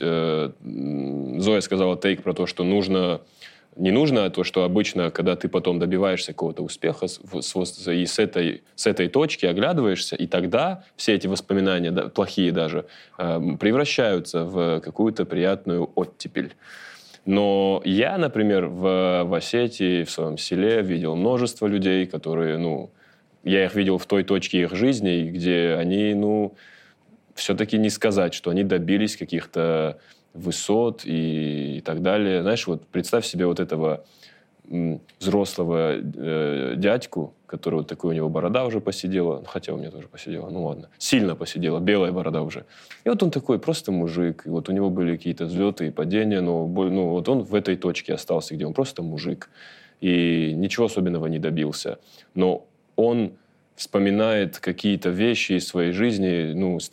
Зоя сказала тейк про то, что не нужно то, что обычно, когда ты потом добиваешься какого-то успеха и с этой точки оглядываешься, и тогда все эти воспоминания, плохие даже, превращаются в какую-то приятную оттепель. Но я, например, в Осетии, в своем селе видел множество людей, которые, я их видел в той точке их жизни, где они, все-таки не сказать, что они добились каких-то высот и так далее. Знаешь, вот представь себе вот этого взрослого дядьку, который вот такой, у него борода уже посидела, хотя у меня тоже посидела, ладно, сильно посидела, белая борода уже. И вот он такой просто мужик, и вот у него были какие-то взлеты и падения, но вот он в этой точке остался, где он просто мужик, и ничего особенного не добился. Но он вспоминает какие-то вещи из своей жизни,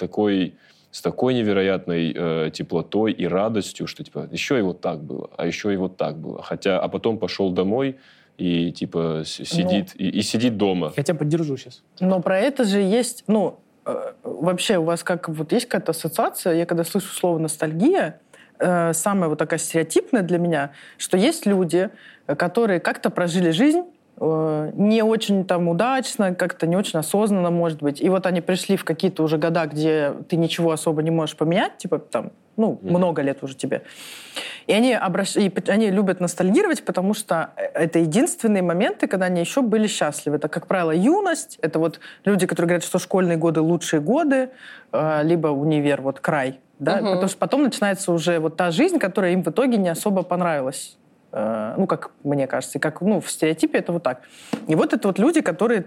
с такой невероятной теплотой и радостью, что еще и вот так было, а еще и вот так было. А потом пошел домой и сидит, и сидит дома. Я тебя поддержу сейчас. Но про это же есть, вообще у вас есть какая-то ассоциация, я когда слышу слово «ностальгия», самая вот такая стереотипная для меня, что есть люди, которые как-то прожили жизнь, не очень удачно, как-то не очень осознанно, может быть. И вот они пришли в какие-то уже года, где ты ничего особо не можешь поменять, много лет уже тебе. И они любят ностальгировать, потому что это единственные моменты, когда они еще были счастливы. Это, как правило, юность. Это вот люди, которые говорят, что школьные годы лучшие годы, либо универ, край. Да? Угу. Потому что потом начинается уже та жизнь, которая им в итоге не особо понравилась. Как мне кажется, как в стереотипе это вот так. И вот это вот люди, которые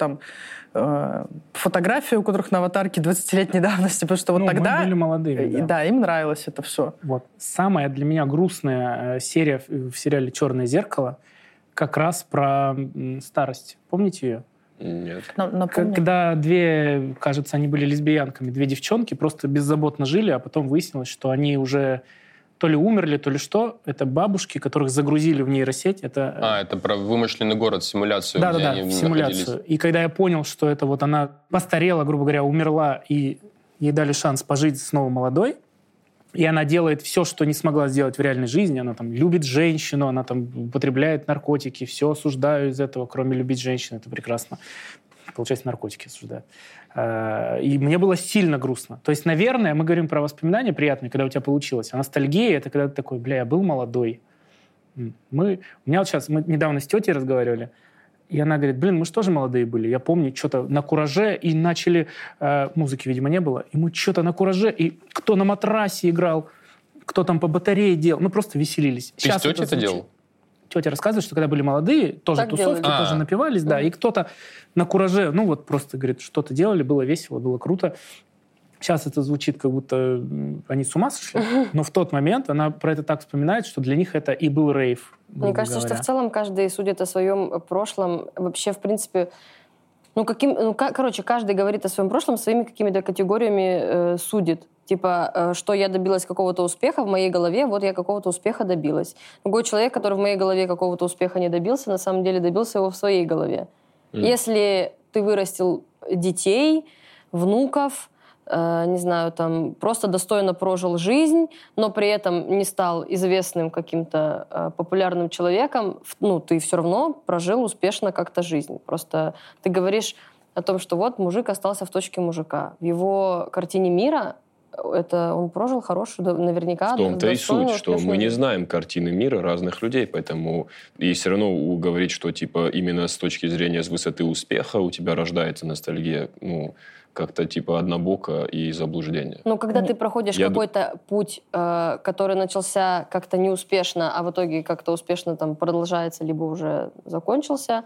фотографии, у которых на аватарке 20-летней давности, потому что тогда... Мы были молодыми, да, им нравилось это все. Вот. Самая для меня грустная серия в сериале «Черное зеркало» как раз про старость. Помните ее? Нет. Когда кажется, они были лесбиянками, 2 девчонки просто беззаботно жили, а потом выяснилось, что они уже... то ли умерли, то ли что. Это бабушки, которых загрузили в нейросеть. Это про вымышленный город, симуляцию. Да, в симуляцию. Находились. И когда я понял, что это она постарела, грубо говоря, умерла, и ей дали шанс пожить снова молодой, и она делает все, что не смогла сделать в реальной жизни. Она любит женщину, она употребляет наркотики, все осуждаю из этого, кроме любить женщину. Это прекрасно. Получается, наркотики осуждают. И мне было сильно грустно. То есть, наверное, мы говорим про воспоминания приятные, когда у тебя получилось. А ностальгия — это когда ты такой, я был молодой. Мы недавно с тетей разговаривали, и она говорит, мы же тоже молодые были. Я помню, что-то на кураже, и начали... музыки, видимо, не было. И мы что-то на кураже, и кто на матрасе играл, кто там по батарее делал. Мы просто веселились. Ты с тетей это делал? Тетя рассказывает, что когда были молодые, тоже так тусовки, тоже напивались, да, и кто-то на кураже, просто, говорит, что-то делали, было весело, было круто. Сейчас это звучит, как будто они с ума сошли, но в тот момент она про это так вспоминает, что для них это и был рейв, Мне кажется, что в целом каждый судит о своем прошлом. Вообще, в принципе, каждый говорит о своем прошлом своими какими-то категориями судит. Типа, что я добилась какого-то успеха в моей голове, вот я какого-то успеха добилась. Другой человек, который в моей голове какого-то успеха не добился, на самом деле добился его в своей голове. Если ты вырастил детей, внуков, не знаю, там, просто достойно прожил жизнь, но при этом не стал известным каким-то популярным человеком, ты все равно прожил успешно как-то жизнь. Просто ты говоришь о том, что вот мужик остался в точке мужика. В его картине мира это он прожил хорошую, наверняка... В том-то и суть, что мы не знаем картины мира разных людей, поэтому и все равно говорить, что типа именно с точки зрения с высоты успеха у тебя рождается ностальгия, как-то типа однобоко и заблуждение. Когда ты проходишь какой-то путь, который начался как-то неуспешно, а в итоге как-то успешно там продолжается, либо уже закончился,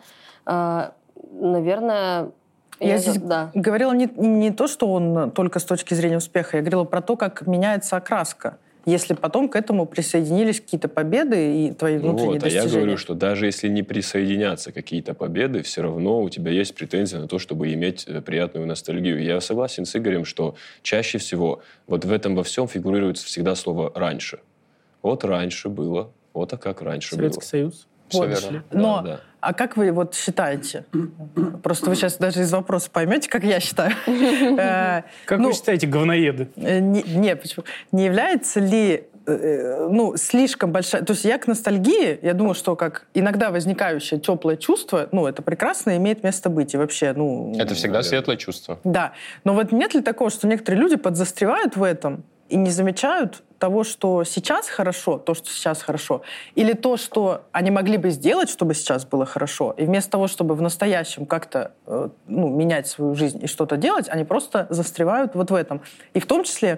наверное... Я здесь говорила не то, что он только с точки зрения успеха, я говорила про то, как меняется окраска. Если потом к этому присоединились какие-то победы и твои внутренние достижения. Я говорю, что даже если не присоединятся какие-то победы, все равно у тебя есть претензия на то, чтобы иметь приятную ностальгию. Я согласен с Игорем, что чаще всего вот в этом во всем фигурирует всегда слово «раньше». Вот раньше было, вот как раньше Советский было. Союз. Все верно. Но, а как вы считаете? Просто вы сейчас даже из вопроса поймете, как я считаю. Как вы считаете, говноеды? Не, почему? Не является ли слишком большая... То есть я к ностальгии, я думаю, что как иногда возникающее теплое чувство, это прекрасно имеет место быть. И вообще, Это всегда светлое чувство. Да. Но вот нет ли такого, что некоторые люди подзастревают в этом и не замечают того, что сейчас хорошо, то, что сейчас хорошо, или то, что они могли бы сделать, чтобы сейчас было хорошо, и вместо того, чтобы в настоящем как-то менять свою жизнь и что-то делать, они просто застревают вот в этом. И в том числе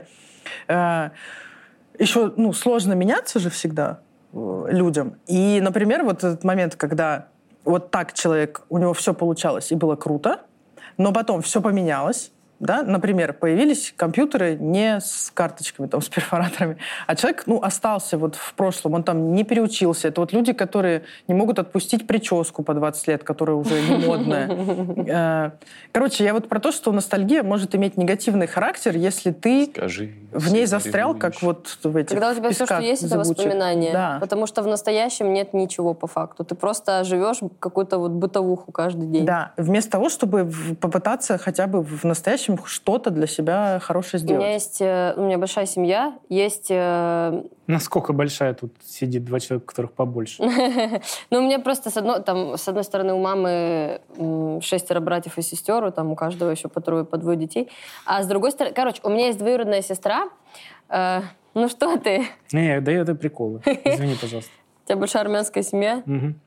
еще сложно меняться же всегда людям. И, например, вот этот момент, когда вот так человек, у него все получалось и было круто, но потом все поменялось, да? Например, появились компьютеры не с карточками, с перфораторами, а человек остался вот в прошлом, он там не переучился. Это вот люди, которые не могут отпустить прическу по 20 лет, которая уже не модная. Короче, я вот про то, что ностальгия может иметь негативный характер, если ты в ней застрял, как вот в этих Когда у тебя все, что есть, это воспоминания. Да. Потому что в настоящем нет ничего по факту. Ты просто живешь какую-то вот бытовуху каждый день. Да. Вместо того, чтобы попытаться хотя бы в настоящем что-то для себя хорошее сделать. У меня большая семья, есть... Насколько большая тут сидит два человека, которых побольше? У меня просто с одной стороны у мамы 6 братьев и сестер, у каждого еще по 3, по 2 детей. А с другой стороны... у меня есть двоюродная сестра. Что ты? Не, да это приколы. Извини, пожалуйста. У тебя большая армянская семья?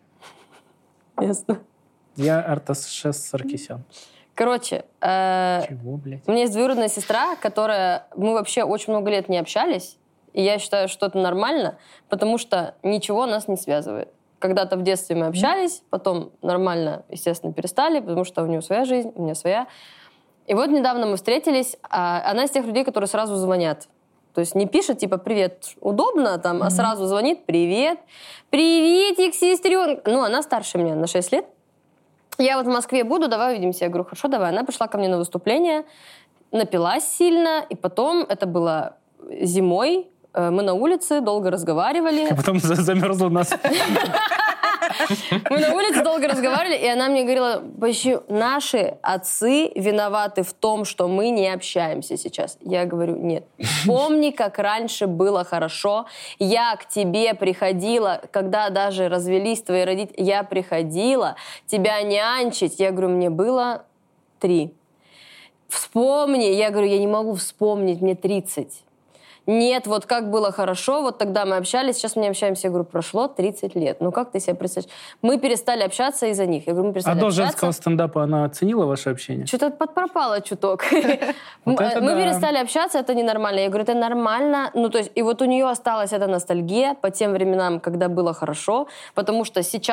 Ясно. Я Арташес Саркисян. Короче, Чего, блядь? у меня есть двоюродная сестра, мы вообще очень много лет не общались, и я считаю, что это нормально, потому что ничего нас не связывает. Когда-то в детстве мы общались, потом нормально, естественно, перестали, потому что у нее своя жизнь, у меня своя. И вот недавно мы встретились, она из тех людей, которые сразу звонят. То есть не пишет, типа, «Привет, удобно?» а сразу звонит, «Привет, приветик, сестренка». Она старше меня на 6 лет. Я вот в Москве буду, давай увидимся. Я говорю, хорошо, давай. Она пришла ко мне на выступление, напилась сильно, и потом, это было зимой, мы на улице долго разговаривали. А потом замерзла нас. Мы на улице долго разговаривали, и она мне говорила, наши отцы виноваты в том, что мы не общаемся сейчас. Я говорю, нет. Помни, как раньше было хорошо. Я к тебе приходила, когда даже развелись твои родители, я приходила тебя нянчить. Я говорю, мне было 3. Вспомни. Я говорю, я не могу вспомнить, мне 30. Нет, вот как было хорошо, вот тогда мы общались, сейчас мы не общаемся. Я говорю, прошло 30 лет. Как ты себе представляешь? Мы перестали общаться из-за них. Я говорю, мы перестали общаться. А до женского стендапа она оценила ваше общение? Что-то подпропало чуток. Мы перестали общаться, это ненормально. Я говорю, это нормально. И вот у нее осталась эта ностальгия по тем временам, когда было хорошо, потому что сейчас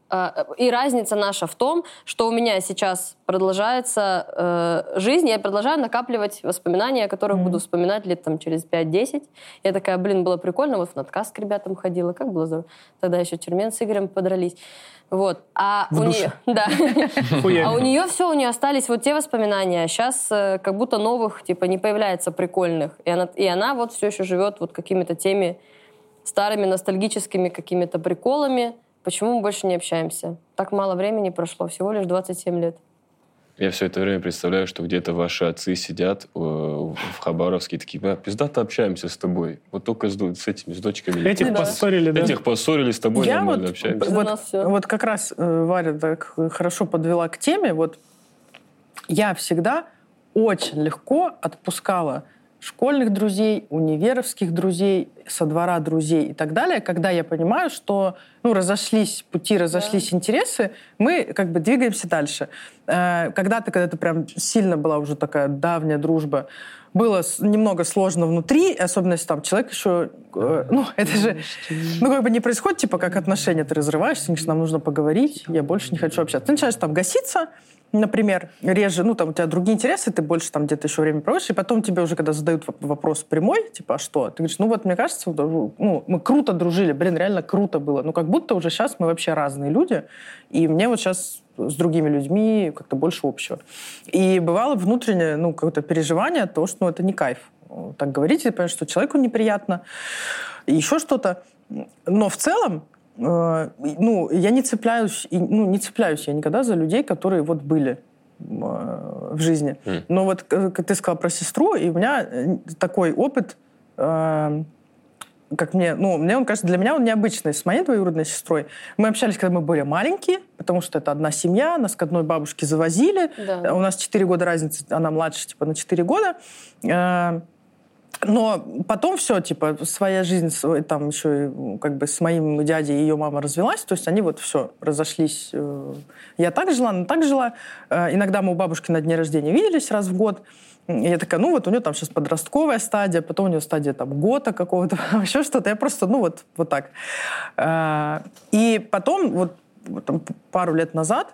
и разница наша в том, что у меня сейчас продолжается жизнь, я продолжаю накапливать воспоминания, о которых буду вспоминать лет там, через 5-10. Я такая, было прикольно, вот в надкаст к ребятам ходила, как было здорово. Тогда еще Тюрмен с Игорем подрались. Вот. А у нее, да. А у нее все, у нее остались вот те воспоминания. А сейчас как будто новых, типа, не появляется прикольных. И она вот все еще живет вот какими-то теми старыми ностальгическими какими-то приколами. Почему мы больше не общаемся? Так мало времени прошло, всего лишь 27 лет. Я все это время представляю, что где-то ваши отцы сидят в Хабаровске, такие, пиздато общаемся с тобой. Вот только с этими, с дочками. Этих поссорили, да? Этих поссорили, с тобой нормально общаемся. Вот как раз Варя так хорошо подвела к теме. Вот я всегда очень легко отпускала школьных друзей, универовских друзей, со двора друзей и так далее, когда я понимаю, что разошлись пути, разошлись интересы, мы как бы двигаемся дальше. Когда прям сильно была уже такая давняя дружба, было немного сложно внутри, особенно если там человек еще... это же не происходит, типа, как отношения, ты разрываешься, нам нужно поговорить, я больше не хочу общаться. Ты начинаешь там гаситься, например, реже, у тебя другие интересы, ты больше там где-то еще время проводишь, и потом тебе уже, когда задают вопрос прямой, типа, а что? Ты говоришь, мне кажется, мы круто дружили, реально круто было. Как будто уже сейчас мы вообще разные люди, и мне вот сейчас с другими людьми как-то больше общего. И бывало внутреннее, какое-то переживание от того, что это не кайф. Так говорить, ты понимаешь, что человеку неприятно, и еще что-то. Но в целом, я не цепляюсь, не цепляюсь я никогда за людей, которые вот были в жизни. Но вот, как ты сказала про сестру, и у меня такой опыт, как мне он кажется, для меня он необычный. С моей двоюродной сестрой мы общались, когда мы были маленькие, потому что это одна семья, нас к одной бабушке завозили. Да. У нас 4 года разницы, она младше на 4 года. Но потом все, своя жизнь, там еще с моим дядей и ее мама развелась, то есть они вот все, разошлись. Я так жила, она так жила. Иногда мы у бабушки на дне рождения виделись раз в год. И я такая, у нее там сейчас подростковая стадия, потом у нее стадия там года какого-то, еще что-то. Я просто, вот так. И потом, там, пару лет назад,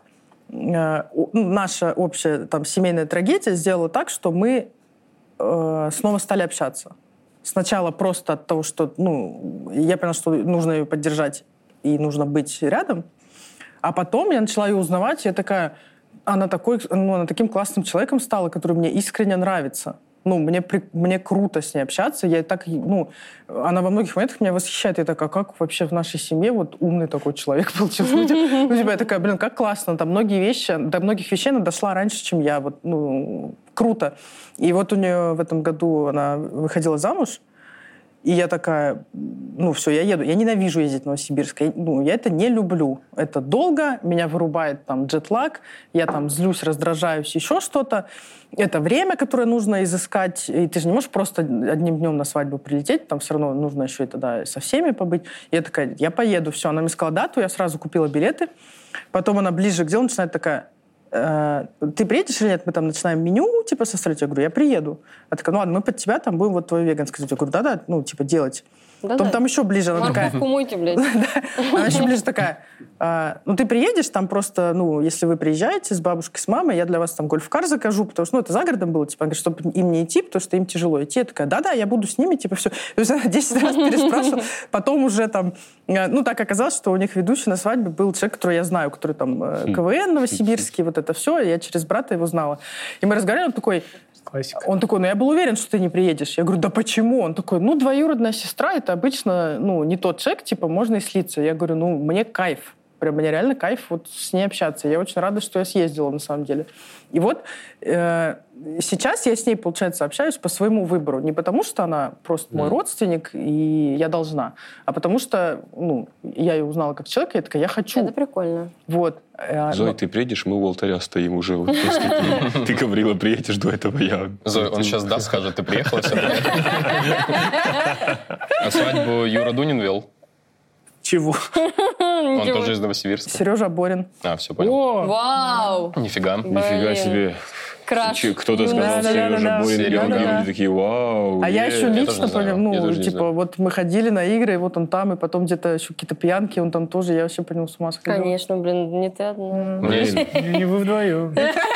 наша общая там семейная трагедия сделала так, что мы снова стали общаться. Сначала просто от того, что, я поняла, что нужно ее поддержать и нужно быть рядом. А потом я начала ее узнавать, и я такая, она таким классным человеком стала, который мне искренне нравится. Мне круто с ней общаться. Я так, она во многих моментах меня восхищает. Я такая, как вообще в нашей семье вот умный такой человек получился? Я такая, как классно. Там до многих вещей она дошла раньше, чем я. Круто. И вот у нее в этом году она выходила замуж, и я такая, все, я еду. Я ненавижу ездить в Новосибирск. Я это не люблю. Это долго, меня вырубает там джетлаг, я там злюсь, раздражаюсь, еще что-то. Это время, которое нужно изыскать, и ты же не можешь просто одним днем на свадьбу прилететь, там все равно нужно еще и тогда со всеми побыть. И я такая, я поеду, все. Она мне сказала дату, я сразу купила билеты. Потом она ближе к делу начинает такая, ты приедешь или нет? Мы там начинаем меню, составлять. Я говорю, я приеду. Она такая, ладно, мы под тебя там будем вот твою веганскую. Я говорю, да-да, делать. Потом там еще ближе. Она такая... Морковку мойте, блядь. Она еще ближе такая, ты приедешь, там просто, если вы приезжаете с бабушкой, с мамой, я для вас там гольф-кар закажу, потому что, это за городом было, она говорит, чтобы им не идти, потому что им тяжело идти. Я такая, да-да, я буду с ними, все. То есть она 10 раз переспрашивала. Потом уже там, так оказалось, что у них ведущий на свадьбе был человек, которого я знаю, который там КВН новосибирский, вот это все, я через брата его знала. И мы разговаривали, он такой... Классика. Он такой, я был уверен, что ты не приедешь. Я говорю, да почему? Он такой, двоюродная сестра, это обычно, не тот человек, можно и слиться. Я говорю, мне кайф. Прям мне реально кайф вот с ней общаться. Я очень рада, что я съездила, на самом деле. И вот сейчас я с ней, получается, общаюсь по своему выбору. Не потому, что она просто мой родственник, и я должна, а потому что, я ее узнала как человека, я такая, я хочу. Это прикольно. Вот. Зой, ты приедешь, мы у алтаря стоим уже. Вот, ты говорила, приедешь до этого, я... Зой, он сейчас да скажет, ты приехала сюда? А свадьбу Юра Дунин вел? Чего? Он тоже из Новосибирска. Сережа Борин. Все, понял. Вау! Нифига. Нифига себе. Краш. Кто-то сказал, что уже более люди такие, вау. А я еще лично, тоже типа, вот мы ходили на игры, вот он там, и потом где-то еще какие-то пьянки, он там тоже, я вообще по нему с ума сходила. Конечно, блин, не ты одна. Не вы вдвоем.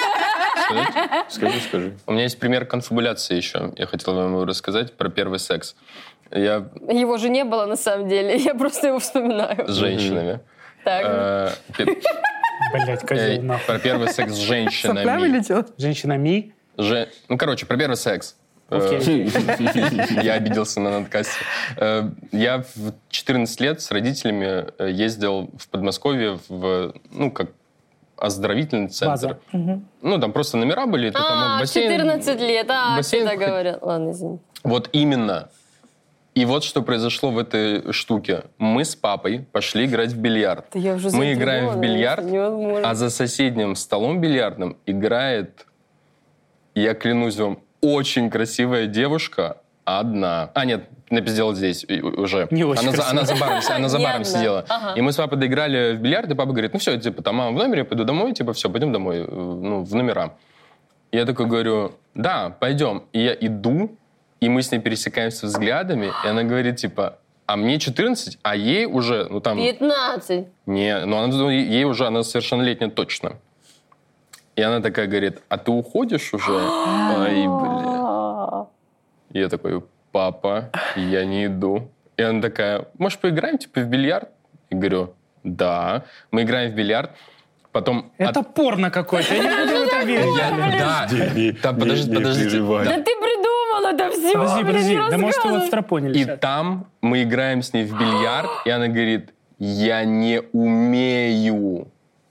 Скажи. У меня есть пример конфабуляции еще. Я хотел вам его рассказать про первый секс. Его же не было на самом деле, я просто его вспоминаю. С женщинами. Так. Блять, козел, нахуй. Про первый секс с Сопля женщинами. вылетела? Женщинами? Короче, про первый секс. Окей. Я обиделся на надкасте. Я в 14 лет с родителями ездил в Подмосковье в, как оздоровительный центр. База. Там просто номера были. Ты там бассейн, 14 лет, бассейн всегда говорят. Ладно, извини. Вот именно. И вот что произошло в этой штуке. Мы с папой пошли играть в бильярд. Да я уже Мы играем в бильярд, невозможно. а за соседним столом бильярдным играет, я клянусь вам, очень красивая девушка одна. Нет, напиздела здесь уже. Не очень Она за баром Не одна. сидела. Ага. И мы с папой доиграли в бильярд, и папа говорит, все, мама в номере, я пойду домой, все, пойдем домой, в номера. Я такой говорю, да, пойдем. И я иду, и мы с ней пересекаемся взглядами, и она говорит, а мне 14, а ей уже, 15. ей уже, она совершеннолетняя точно. И она такая говорит, а ты уходишь уже? Ай, бля. И я такой, папа, я не иду. И она такая, может, поиграем, в бильярд? И говорю, да. Мы играем в бильярд. Потом... Это порно какое-то, я не буду в это верить. Да, подождите. Да ты придумал это все. Подожди, да может его отстрапонили И сейчас. там мы играем с ней в бильярд, и она говорит, я не умею.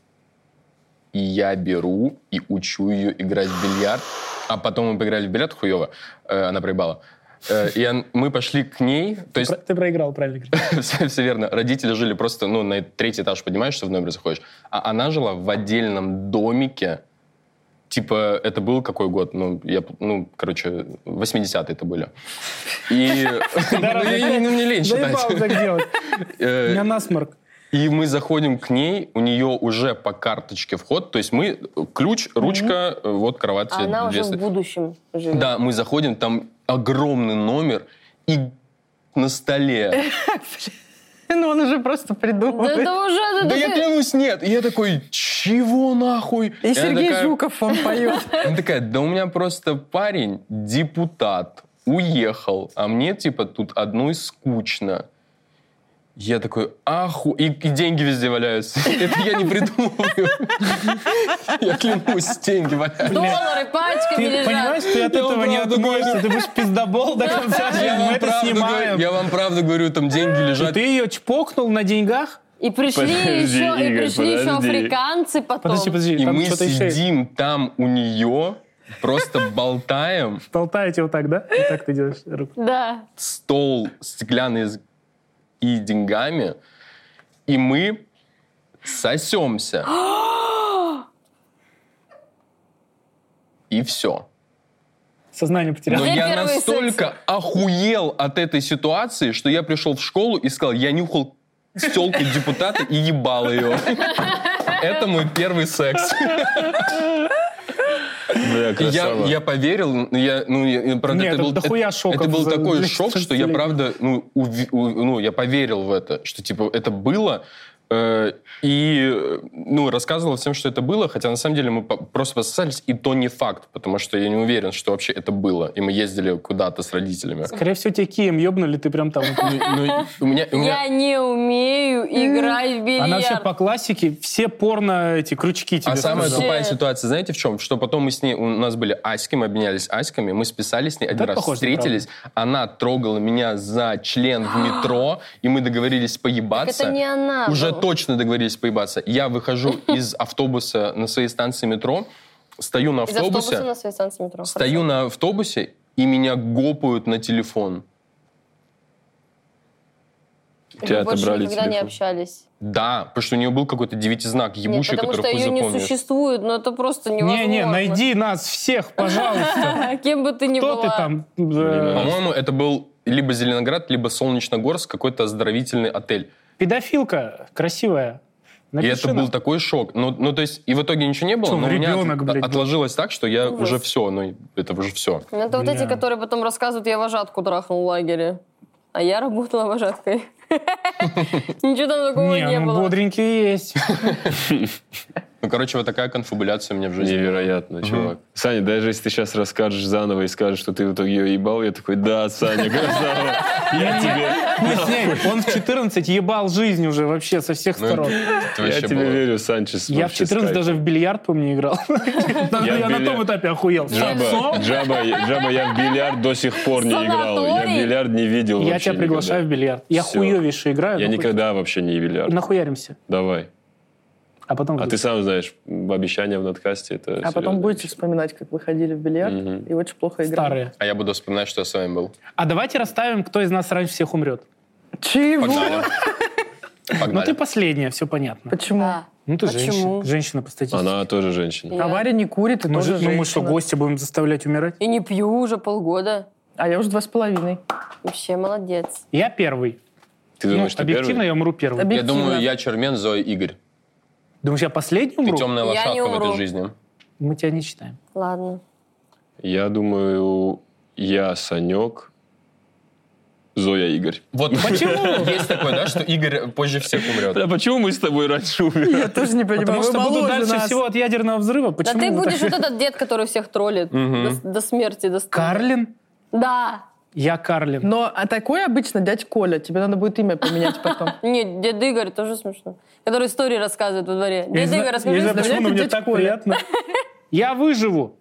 И я беру и учу ее играть в бильярд. А потом мы поиграли в бильярд, хуево. Она проебала. И мы пошли к ней. То есть, Ты проиграл, правильно говоришь. все верно. Родители жили просто, на третий этаж поднимаешься, в номер заходишь. А она жила в отдельном домике. Это был какой год? 80-е это были. И... Мне лень считать. Заебал так делать. У меня насморк. И мы заходим к ней, у нее уже по карточке вход, то есть мы, ключ, ручка, вот кровать. А она уже в будущем живет. Да, мы заходим, там огромный номер, и на столе. Он уже просто придумал. Да я клянусь, нет. И я такой, чего нахуй? И Сергей Жуков он поет. Она такая, да у меня просто парень, депутат, уехал, а мне тут одной скучно. Я такой, и деньги везде валяются. Это я не придумываю. Я клянусь, деньги валяются. Доллары пачками Ты лежат. понимаешь, ты от этого не отмоешься, ты будешь пиздобол до конца жизни, мы это снимаем. Я вам правду говорю, там деньги лежат. Ты ее чпокнул на деньгах? И пришли еще африканцы потом. Подожди, И там мы что-то еще есть. сидим там у нее, просто болтаем. Болтаете вот так, да? Вот так ты делаешь руку. Да. Стол стеклянный и деньгами, и мы сосемся. И все. Сознание потерял. Но Где я первый настолько охуел от этой ситуации, что я пришел в школу и сказал, я нюхал стелку депутата и ебал ее. Это мой первый секс. Я поверил, правда, Нет, это дохуя шоков. Это был за такой 10 шок, что я лет. правда, я поверил в это, что это было. И рассказывал всем, что это было, хотя на самом деле мы просто пососались, и то не факт, потому что я не уверен, что вообще это было, и мы ездили куда-то с родителями. Скорее всего, тебя кием ёбнули, ты прям там... Я не умею играть в бильярд. Она вообще по классике, все порно эти крючки тебе А самая сказала. тупая ситуация, знаете, в чем? Что потом у нас были аськи, мы обменялись аськами, мы списались с ней один Да, раз, похоже, встретились, она трогала меня за член в метро, и мы договорились поебаться. Так это не она Уже была. точно договорились поебаться. Я выхожу из автобуса на своей станции метро, стою на Из автобуса автобусе, на своей станции метро. стою Хорошо. на автобусе, и меня гопают на телефон. Тебя Вы больше отобрали никогда не телефон. общались. Да, потому что у нее был какой-то девятизнак Нет, ебучий, потому который что хуй ее не запомнишь. существует, но это просто невозможно. Не-не, найди нас всех, пожалуйста. Кем бы ты ни Кто была. ты там? По-моему, это был либо Зеленоград, либо Солнечногорск, какой-то оздоровительный отель. Педофилка красивая. И это был такой шок. Ну, то есть, и в итоге ничего не было, Что, но у меня ребенок, блядь, отложилось так, что я уже все, ну, это уже все. Это вот эти, которые потом рассказывают, я вожатку трахнул в лагере. А я работала вожаткой. Ничего там такого не было. Бодренький есть. Ну, короче, вот такая конфабуляция у меня в жизни. Невероятно, чувак. Саня, даже если ты сейчас расскажешь заново и скажешь, что ты в итоге ее ебал, я такой, да, Саня, красава. Я тебе... Он в 14 ебал жизнь уже вообще со всех сторон. Я тебе верю, Санчес. Я в 14 даже в бильярд, помню, играл. Я на том этапе охуел. Джаба, я в бильярд до сих пор не играл. Я в бильярд не видел вообще. Я тебя приглашаю в бильярд. Я хуёвейше играю. Я никогда вообще не в бильярд. Нахуяримся. Давай. А потом... А ты сам знаешь, обещания в надкасте это... А потом будете вспоминать, как вы ходили в бильярд и очень плохо играли. Старые. А я буду вспоминать, что я с вами был. А давайте расставим, кто из нас раньше всех умрет. Чего? Ну ты последняя, все понятно. Почему? Ну ты Почему? женщина по статистике. Она тоже женщина. Я. Варя не курит, и тоже Ну мы женщина. что, гостя будем заставлять умирать? И не пью уже полгода. А я уже 2,5. Вообще молодец. Я первый. Ты думаешь, что объективно первый? я умру первый. Я Объективно. думаю, я Чермен, Зоя, Игорь. Думаешь, я последний Ты умру? темная Я не лошадка в умру. этой жизни. Мы тебя не читаем. Ладно. Я думаю, я Санек, Зоя, Игорь. Вот почему есть такое, да, что Игорь позже всех умрет? А почему мы с тобой раньше умерли? Я тоже не понимаю. Потому вы что буду моложе дальше нас. всего от ядерного взрыва. Да Почему ты вы будешь так- вот этот дед, который всех троллит до смерти. Карлин? Да. Я Карлин. Но а такой обычно дядь Коля. Тебе надо будет имя поменять потом. Нет, дед Игорь тоже смешно. Который истории рассказывает во дворе. Дед Игорь, Я расскажи не знаю, историю. почему, но мне дядь так Коля. приятно. Я выживу.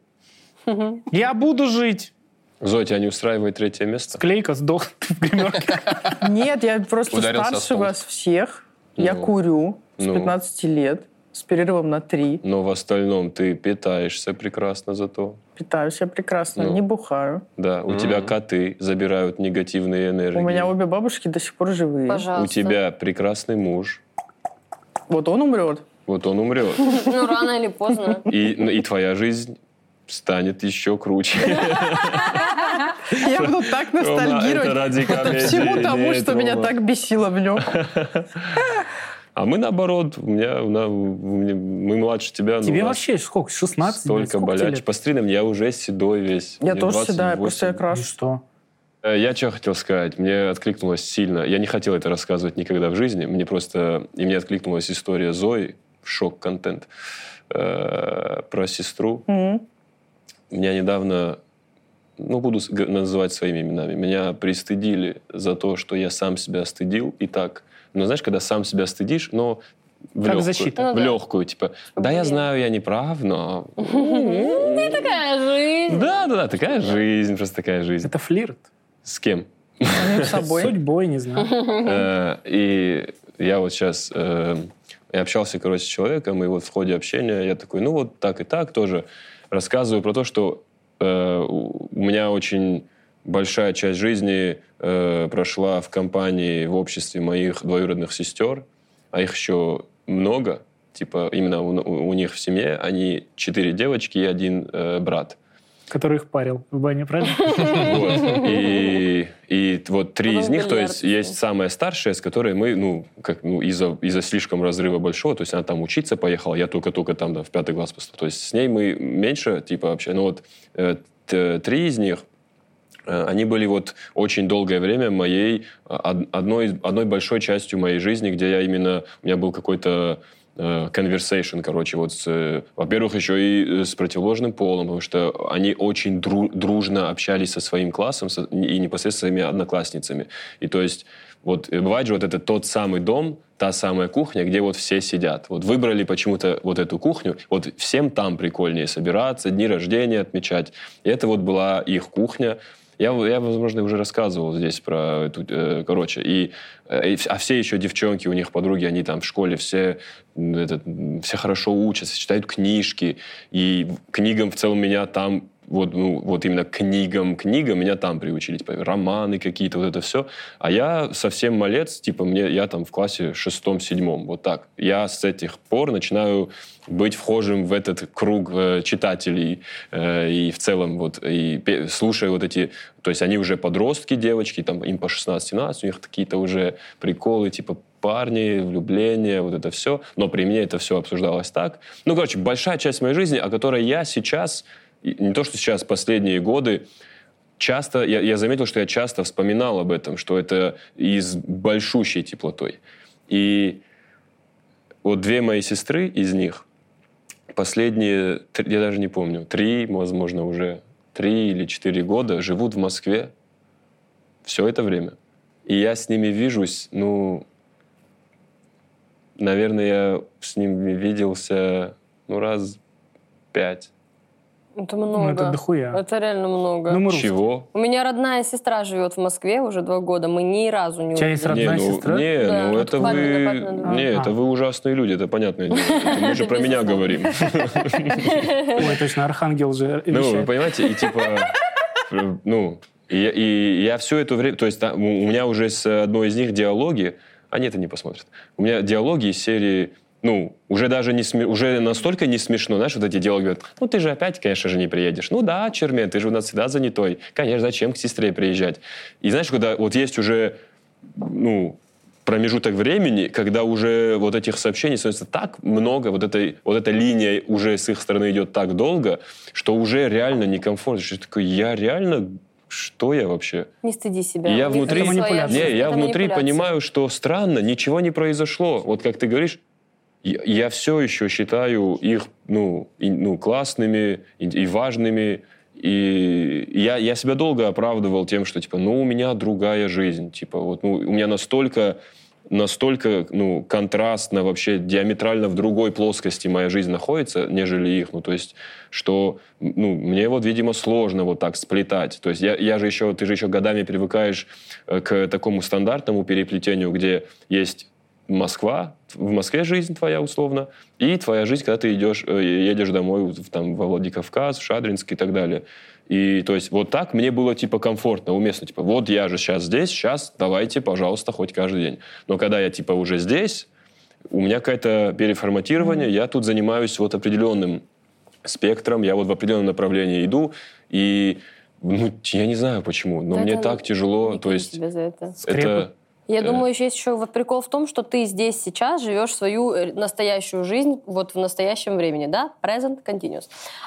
Я буду жить. Зоя, тебя не устраивает третье место? Клейка сдох в гримерке. Нет, я просто Ударился о старше стол. вас всех. Я Ну. курю с Ну. 15 лет. С перерывом на 3. Но в остальном ты питаешься прекрасно зато. Питаюсь я прекрасно, Ну. не бухаю. Да, у тебя коты забирают негативные энергии. У меня обе бабушки до сих пор живые. Пожалуйста. У тебя прекрасный муж. Вот он умрет. Вот он умрет. Ну, рано или поздно. И твоя жизнь станет еще круче. Я буду так Это ностальгировать ради по комедии, всему тому, нет, что меня Рома. так бесило в нем. А мы наоборот, мы младше тебя. ну, Тебе у нас вообще сколько? 16? столько Сколько тебе болячек. лет? Посмотри на меня, я уже седой весь. Я Мне тоже 28. седая, просто я И крашу. что? Я что хотел сказать? Мне откликнулось сильно. Я не хотел это рассказывать никогда в жизни. Мне откликнулась история Зои, шок-контент, про сестру. Меня недавно, буду называть своими именами, меня пристыдили за то, что я сам себя стыдил. И так, знаешь, когда сам себя стыдишь, но в Как легкую, защита. в легкую, типа, да, я знаю, я не прав, но... Такая жизнь. Да, такая жизнь, просто такая жизнь. Это флирт. С кем? Самим собой. Судьбой, не знаю. И я вот сейчас я общался, с человеком, и вот в ходе общения я такой, вот так и так тоже рассказываю про то, что у меня очень большая часть жизни прошла в компании, в обществе моих двоюродных сестер, а их еще много, типа именно у них в семье, они 4 девочки и 1 брат. Который их парил в бане, правильно? Вот. И вот 3 из них, то бильярд. есть самая старшая, с которой мы, из-за слишком разрыва большого, то есть она там учиться поехала, я только-только там, в 5 класс поступил. То есть с ней мы меньше, типа, вообще. Но вот 3 из них, они были вот очень долгое время одной большой частью моей жизни, где я именно, у меня был какой-то conversation, во-первых, еще и с противоположным полом, потому что они очень дружно общались со своим классом и непосредственно со своими одноклассницами. И то есть вот бывает же вот это тот самый дом, та самая кухня, где вот все сидят. Вот выбрали почему-то вот эту кухню, вот всем там прикольнее собираться, дни рождения отмечать. И это вот была их кухня. Я, возможно, уже рассказывал здесь про эту, а все еще девчонки, у них подруги, они там в школе все хорошо учатся, читают книжки, и книгам в целом меня там, вот именно книгам меня там приучили, типа романы какие-то, вот это все. А я совсем малец, типа я там в классе 6-7, вот так. Я с этих пор начинаю быть вхожим в этот круг читателей и в целом и слушая вот эти, то есть они уже подростки, девочки, там им по 16-17, у них какие-то уже приколы, типа парни, влюбление, вот это все. Но при мне это все обсуждалось так. Ну, короче, большая часть моей жизни, о которой я сейчас, не то что сейчас, последние годы, часто, я заметил, что я часто вспоминал об этом, что это и с большущей теплотой. И вот 2 мои сестры из них, последние, я даже не помню, 3, возможно, уже 3 или 4 года живут в Москве все это время. И я с ними вижусь, ну, наверное, я с ними виделся, ну, раз 5. Это много. Ну, это дохуя. Это реально много. Ну, мы русские. Чего? У меня родная сестра живет в Москве уже 2 года. Мы ни разу не У тебя есть увидели. родная сестра? Не, Да, ну вот это папина, вы... папина, Не, это вы ужасные люди, это понятное дело. Это мы же Это про меня безусловно. говорим. Ой, точно, Архангел же Ну, вы вещает. понимаете, и типа... Ну, и я все это время... То есть у меня уже с одной из них диалоги... Они это не посмотрят. У меня диалоги из серии... Ну, уже даже уже настолько не смешно, знаешь, вот эти диалоги говорят, ну, ты же опять, конечно же, не приедешь. Ну, да, Чермен, ты же у нас всегда занятой. Конечно, зачем к сестре приезжать? И знаешь, когда вот есть уже, ну, промежуток времени, когда уже вот этих сообщений становится так много, вот эта линия уже с их стороны идет так долго, что уже реально некомфортно. Что такое, я реально... Что я вообще? Не стыди себя. И я У них внутри, это своя жизнь, я это внутри манипуляция. понимаю, что странно, ничего не произошло. Вот как ты говоришь, я все еще считаю их классными и важными. И я себя долго оправдывал тем, что типа, ну, у меня другая жизнь. Типа, вот, ну, у меня настолько ну, контрастно, вообще диаметрально в другой плоскости моя жизнь находится, нежели их. Ну, то есть, что, ну, мне вот, видимо, сложно вот так сплетать. То есть, ты же еще годами привыкаешь к такому стандартному переплетению, где есть Москва, в Москве жизнь твоя условно, и твоя жизнь, когда ты едешь домой там, во Владикавказ, в Шадринск и так далее. И то есть вот так мне было типа комфортно, уместно. Типа вот я же сейчас здесь, сейчас давайте, пожалуйста, хоть каждый день. Но когда я типа уже здесь, у меня какое-то переформатирование, я тут занимаюсь вот определенным спектром, я вот в определенном направлении иду, и ну, я не знаю почему, но мне так тяжело. То есть это... Я думаю, есть еще прикол в том, что ты здесь сейчас живешь свою настоящую жизнь вот в настоящем времени, да? Present continuous.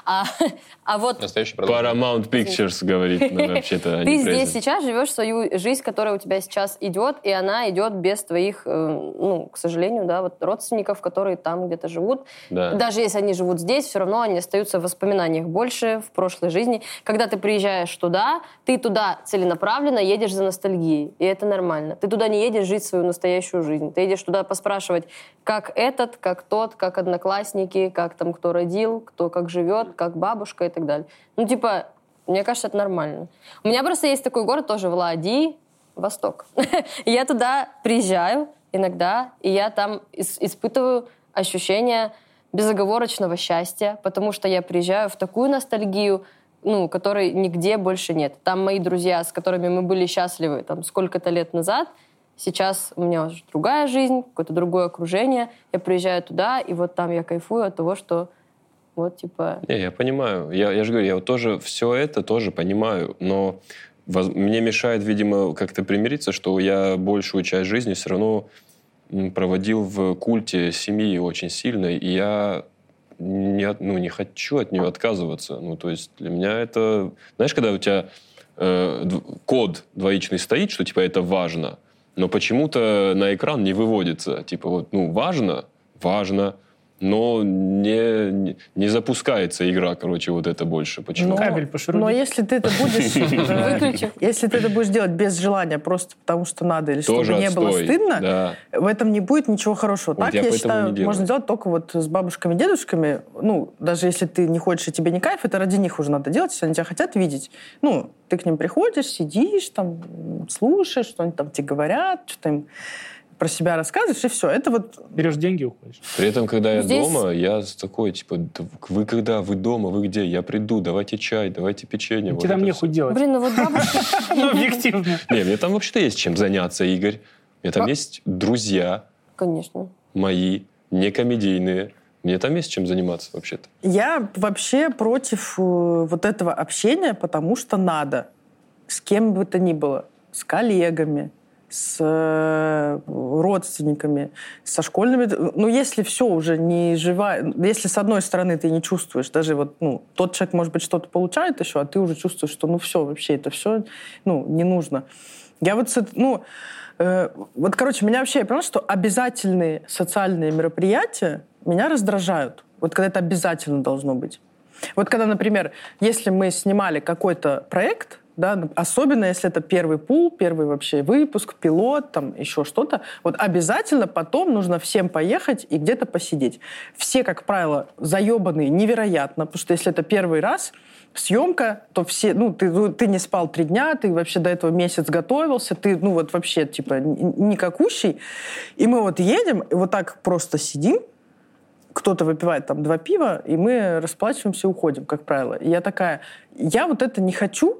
А вот... Paramount Pictures говорит, вообще-то. Ты здесь сейчас живешь свою жизнь, которая у тебя сейчас идет, и она идет без твоих, ну, к сожалению, да, вот родственников, которые там где-то живут. Да. Даже если они живут здесь, все равно они остаются в воспоминаниях больше, в прошлой жизни. Когда ты приезжаешь туда, ты туда целенаправленно едешь за ностальгией, и это нормально. Ты туда не едешь жить свою настоящую жизнь. Ты едешь туда поспрашивать, как этот, как тот, как одноклассники, как там кто родил, кто как живет, как бабушка и так далее. Ну, типа, мне кажется, это нормально. У меня просто есть такой город тоже, Влади, Восток. И я туда приезжаю иногда, и я там испытываю ощущение безоговорочного счастья, потому что я приезжаю в такую ностальгию, ну, которой нигде больше нет. Там мои друзья, с которыми мы были счастливы там сколько-то лет назад, сейчас у меня уже другая жизнь, какое-то другое окружение. Я приезжаю туда, и вот там я кайфую от того, что вот, типа... Не, я понимаю. Я же говорю, я вот тоже все это тоже понимаю, но мне мешает, видимо, как-то примириться, что я большую часть жизни все равно проводил в культе семьи очень сильной, и я не хочу от нее отказываться. Ну, то есть для меня это... Знаешь, когда у тебя код двоичный стоит, что типа это важно, но почему-то на экран не выводится. Типа вот, ну, важно, но не запускается игра, короче, вот это больше. Почему? Кабель пошируй. Но если ты это будешь... Если ты это будешь делать без желания, просто потому что надо, или чтобы не было стыдно, в этом не будет ничего хорошего. Так, я считаю, можно делать только вот с бабушками, дедушками. Ну, даже если ты не хочешь, и тебе не кайф, это ради них уже надо делать, если они тебя хотят видеть. Ну, ты к ним приходишь, сидишь, там, слушаешь, что они там тебе говорят, что-то им про себя рассказываешь, и все. Это вот... Берешь деньги и уходишь. При этом, когда я дома, я такой, типа, вы когда? Вы дома? Вы где? Я приду, давайте чай, давайте печенье. Тебе там нехуй делать. Блин, ну вот бабушка... Ну, объективно. Не, мне там вообще-то есть чем заняться, Игорь. У меня там есть друзья. Конечно. Мои, не комедийные. Мне там есть чем заниматься вообще-то. Я вообще против вот этого общения, потому что надо. С кем бы то ни было. С коллегами, с родственниками, со школьными... Ну, если все уже не живая... Если, с одной стороны, ты не чувствуешь, даже вот, ну, тот человек, может быть, что-то получает еще, а ты уже чувствуешь, что, ну, все, вообще, это все, ну, не нужно. Я вот, ну... Вот, короче, меня вообще, я поняла, что обязательные социальные мероприятия меня раздражают. Вот когда это обязательно должно быть. Вот когда, например, если мы снимали какой-то проект, да, особенно если это первый пул, первый вообще выпуск, пилот, там еще что-то, вот обязательно потом нужно всем поехать и где-то посидеть. Все, как правило, заебанные невероятно, потому что если это первый раз съемка, то все, ну, ты не спал 3 дня, ты вообще до этого месяц готовился, ты, ну, вот вообще, типа, никакущий. И мы вот едем, и вот так просто сидим, кто-то выпивает там 2 пива, и мы расплачиваемся и уходим, как правило. И я такая, я вот это не хочу.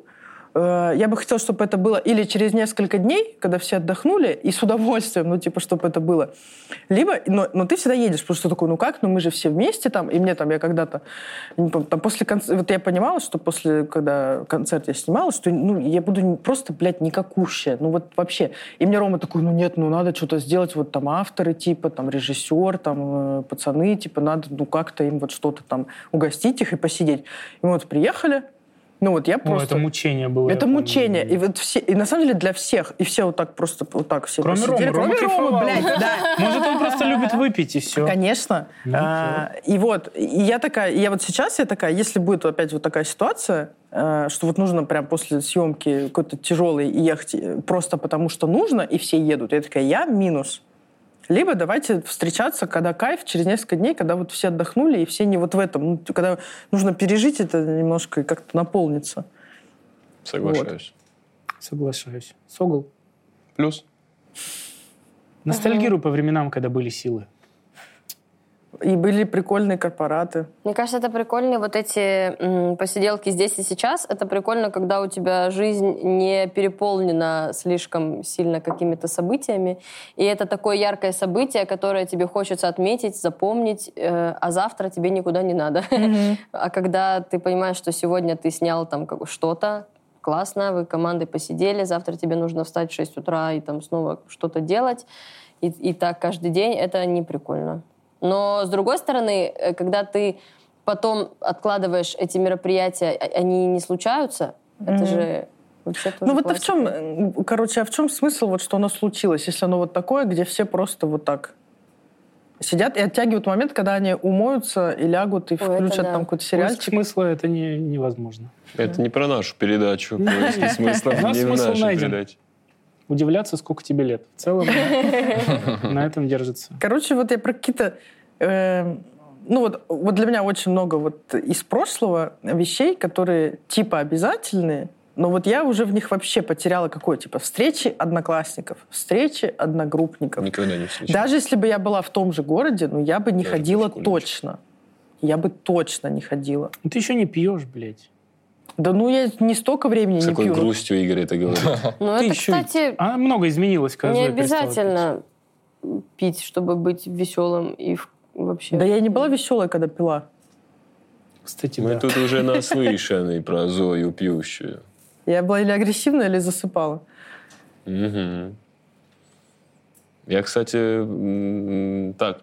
Я бы хотела, чтобы это было или через несколько дней, когда все отдохнули, и с удовольствием, ну, типа, чтобы это было. Либо, но ты всегда едешь, потому что такой, ну как, ну мы же все вместе там, и мне там, я когда-то, там, после концерта, вот я понимала, что после, когда концерт я снимала, что, ну, я буду просто, блядь, никакущая, ну вот вообще. И мне Рома такой, ну нет, ну надо что-то сделать, вот там авторы, типа, там режиссер, там пацаны, типа, надо, ну как-то им вот что-то там угостить их и посидеть. И мы вот приехали. Ну вот я просто... это мучение было. Это мучение. И, вот все, и на самом деле для всех. И все вот так просто вот так все кроме посидели. Ромы. Кроме Ромы, блядь, да. Может, он просто любит выпить, и все. Конечно. И вот, и я такая, я вот сейчас я такая, если будет опять вот такая ситуация, что вот нужно прям после съемки какой-то тяжелый ехать просто потому, что нужно, и все едут. Я такая, я минус. Либо давайте встречаться, когда кайф, через несколько дней, когда вот все отдохнули, и все не вот в этом. Ну, когда нужно пережить это немножко и как-то наполниться. Соглашаюсь. Вот. Соглашаюсь. Согл? Плюс. Ностальгирую по временам, когда были силы. И были прикольные корпораты. Мне кажется, это прикольные вот эти посиделки здесь и сейчас. Это прикольно, когда у тебя жизнь не переполнена слишком сильно какими-то событиями. И это такое яркое событие, которое тебе хочется отметить, запомнить, а завтра тебе никуда не надо. Mm-hmm. А когда ты понимаешь, что сегодня ты снял там что-то, классно, вы командой посидели, завтра тебе нужно встать в 6 утра и там снова что-то делать. И так каждый день, это не прикольно. Но, с другой стороны, когда ты потом откладываешь эти мероприятия, они не случаются, это же вообще тоже ну вот классика. в чем, короче, а в чем смысл, вот, что оно случилось, если оно вот такое, где все просто вот так сидят и оттягивают момент, когда они умоются и лягут, и включат там какой-то сериальчик? Поиск смысла это невозможно. Это не про нашу передачу. Поиски смысла не в нашей передаче. Удивляться, сколько тебе лет. В целом на этом держится. Короче, вот я про какие-то... ну вот для меня очень много вот из прошлого вещей, которые типа обязательные, но вот я уже в них вообще потеряла какое типа встречи одноклассников, встречи одногруппников. Никогда не встречал. Даже если бы я была в том же городе, ну я бы не ходила точно. Я бы точно не ходила. Ну ты еще не пьешь, блядь. Да ну я не столько времени с не пью. С какой грустью Игорь это говорит. Ну это, кстати... А много изменилось, когда не обязательно пить, чтобы быть веселым и вообще... Да я не была веселая, когда пила. Кстати, мы тут уже наслышаны про Зою пьющую. Я была или агрессивная, или засыпала. Угу. Я, кстати, так,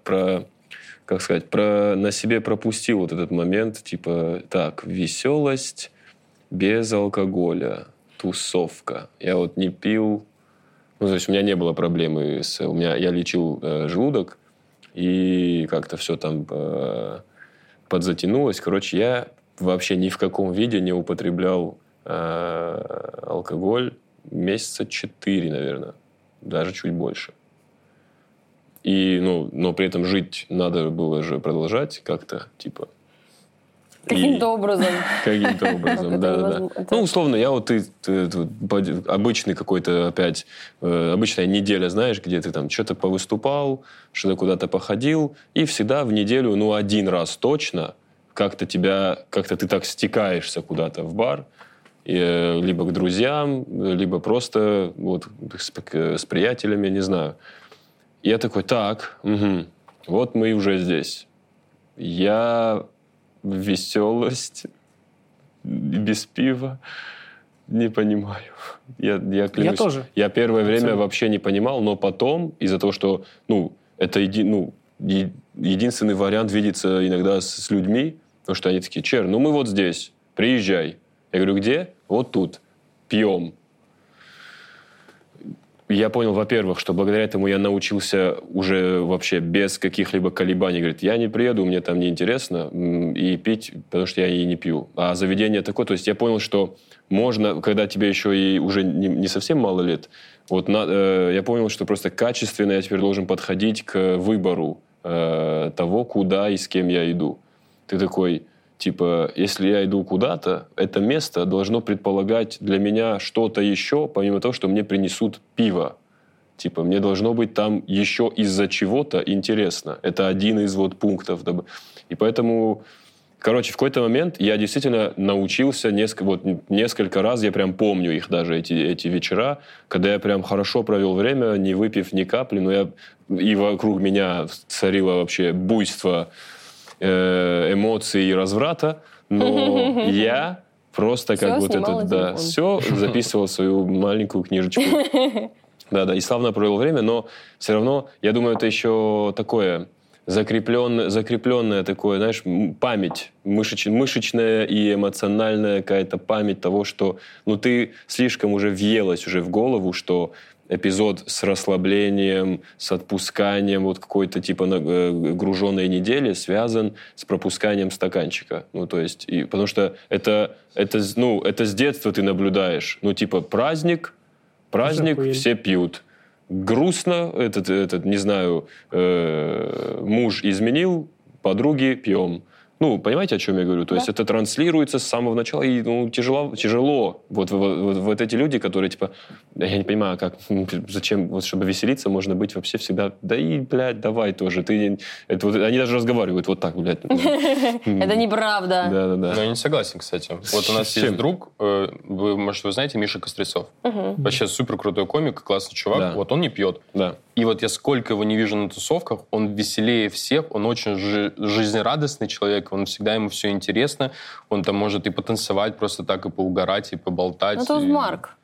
на себе пропустил вот этот момент, типа, так, веселость без алкоголя, тусовка. Я вот не пил, ну, то есть у меня не было проблемы я лечил желудок, и как-то все там подзатянулось. Короче, я вообще ни в каком виде не употреблял алкоголь месяца 4, наверное, даже чуть больше. И, но при этом жить надо было же продолжать как-то, типа... Каким-то образом. Каким-то образом, да. Ну, условно, я вот обычный какой-то опять, обычная неделя, знаешь, где ты там что-то повыступал, что-то куда-то походил, и всегда в неделю, 1 раз точно, как-то ты так стекаешься куда-то в бар, либо к друзьям, либо просто вот с приятелями, не знаю. И я такой, вот мы уже здесь. Я веселость без пива не понимаю. Я клянусь. Я тоже. Я первое время Абсолютно. вообще не понимал, но потом, из-за того, что, это единственный вариант видеться иногда с людьми, потому что они такие: Чер, мы вот здесь, приезжай. Я говорю: где? Вот тут. Пьем. Я понял, во-первых, что благодаря этому я научился уже вообще без каких-либо колебаний. Говорит, я не приеду, мне там неинтересно, и пить, потому что я и не пью. А заведение такое, то есть я понял, что можно, когда тебе еще и уже не совсем мало лет, я понял, что просто качественно я теперь должен подходить к выбору того, куда и с кем я иду. Ты такой... Типа, если я иду куда-то, это место должно предполагать для меня что-то еще, помимо того, что мне принесут пиво. Типа, мне должно быть там еще из-за чего-то интересно. Это один из пунктов. И поэтому, в какой-то момент я действительно научился несколько раз, я прям помню их даже, эти вечера, когда я прям хорошо провел время, не выпив ни капли, и вокруг меня царило вообще буйство эмоций и разврата, но я просто все записывал в свою маленькую книжечку. Да, и славно провел время, но все равно, я думаю, это еще такое закрепленная такое, знаешь, память, мышечная и эмоциональная какая-то память того, что ты слишком уже въелась уже в голову, что эпизод с расслаблением, с отпусканием какой-то типа груженной недели связан с пропусканием стаканчика. Потому что это с детства ты наблюдаешь. Праздник, все пьют. Грустно, не знаю, муж изменил, подруги пьем. Понимаете, о чем я говорю? То есть это транслируется с самого начала, и тяжело. Вот эти люди, которые, я не понимаю, зачем, чтобы веселиться, можно быть вообще всегда, давай тоже. Они даже разговаривают вот так, блядь. Это неправда. Да. Но я не согласен, кстати. Вот у нас есть друг, вы знаете, Миша Кострецов. Вообще супер крутой комик, классный чувак. Вот он не пьет. Да. И я сколько его не вижу на тусовках, он веселее всех, он очень жизнерадостный человек, ему все интересно, он там может и потанцевать просто так, и поугарать, и поболтать. Это Марк.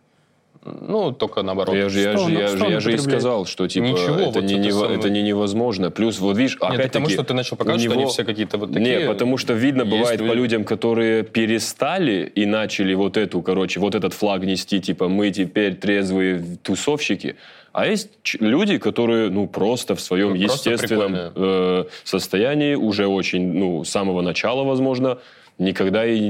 Только наоборот. Я же и сказал, что это невозможно. Плюс, видишь, опять-таки... потому что ты начал показывать, что они все какие-то такие... Нет, потому что видно бывает по людям, которые перестали и начали этот флаг нести, мы теперь трезвые тусовщики. А есть люди, которые, просто в своем естественном состоянии уже очень, с самого начала, возможно, никогда и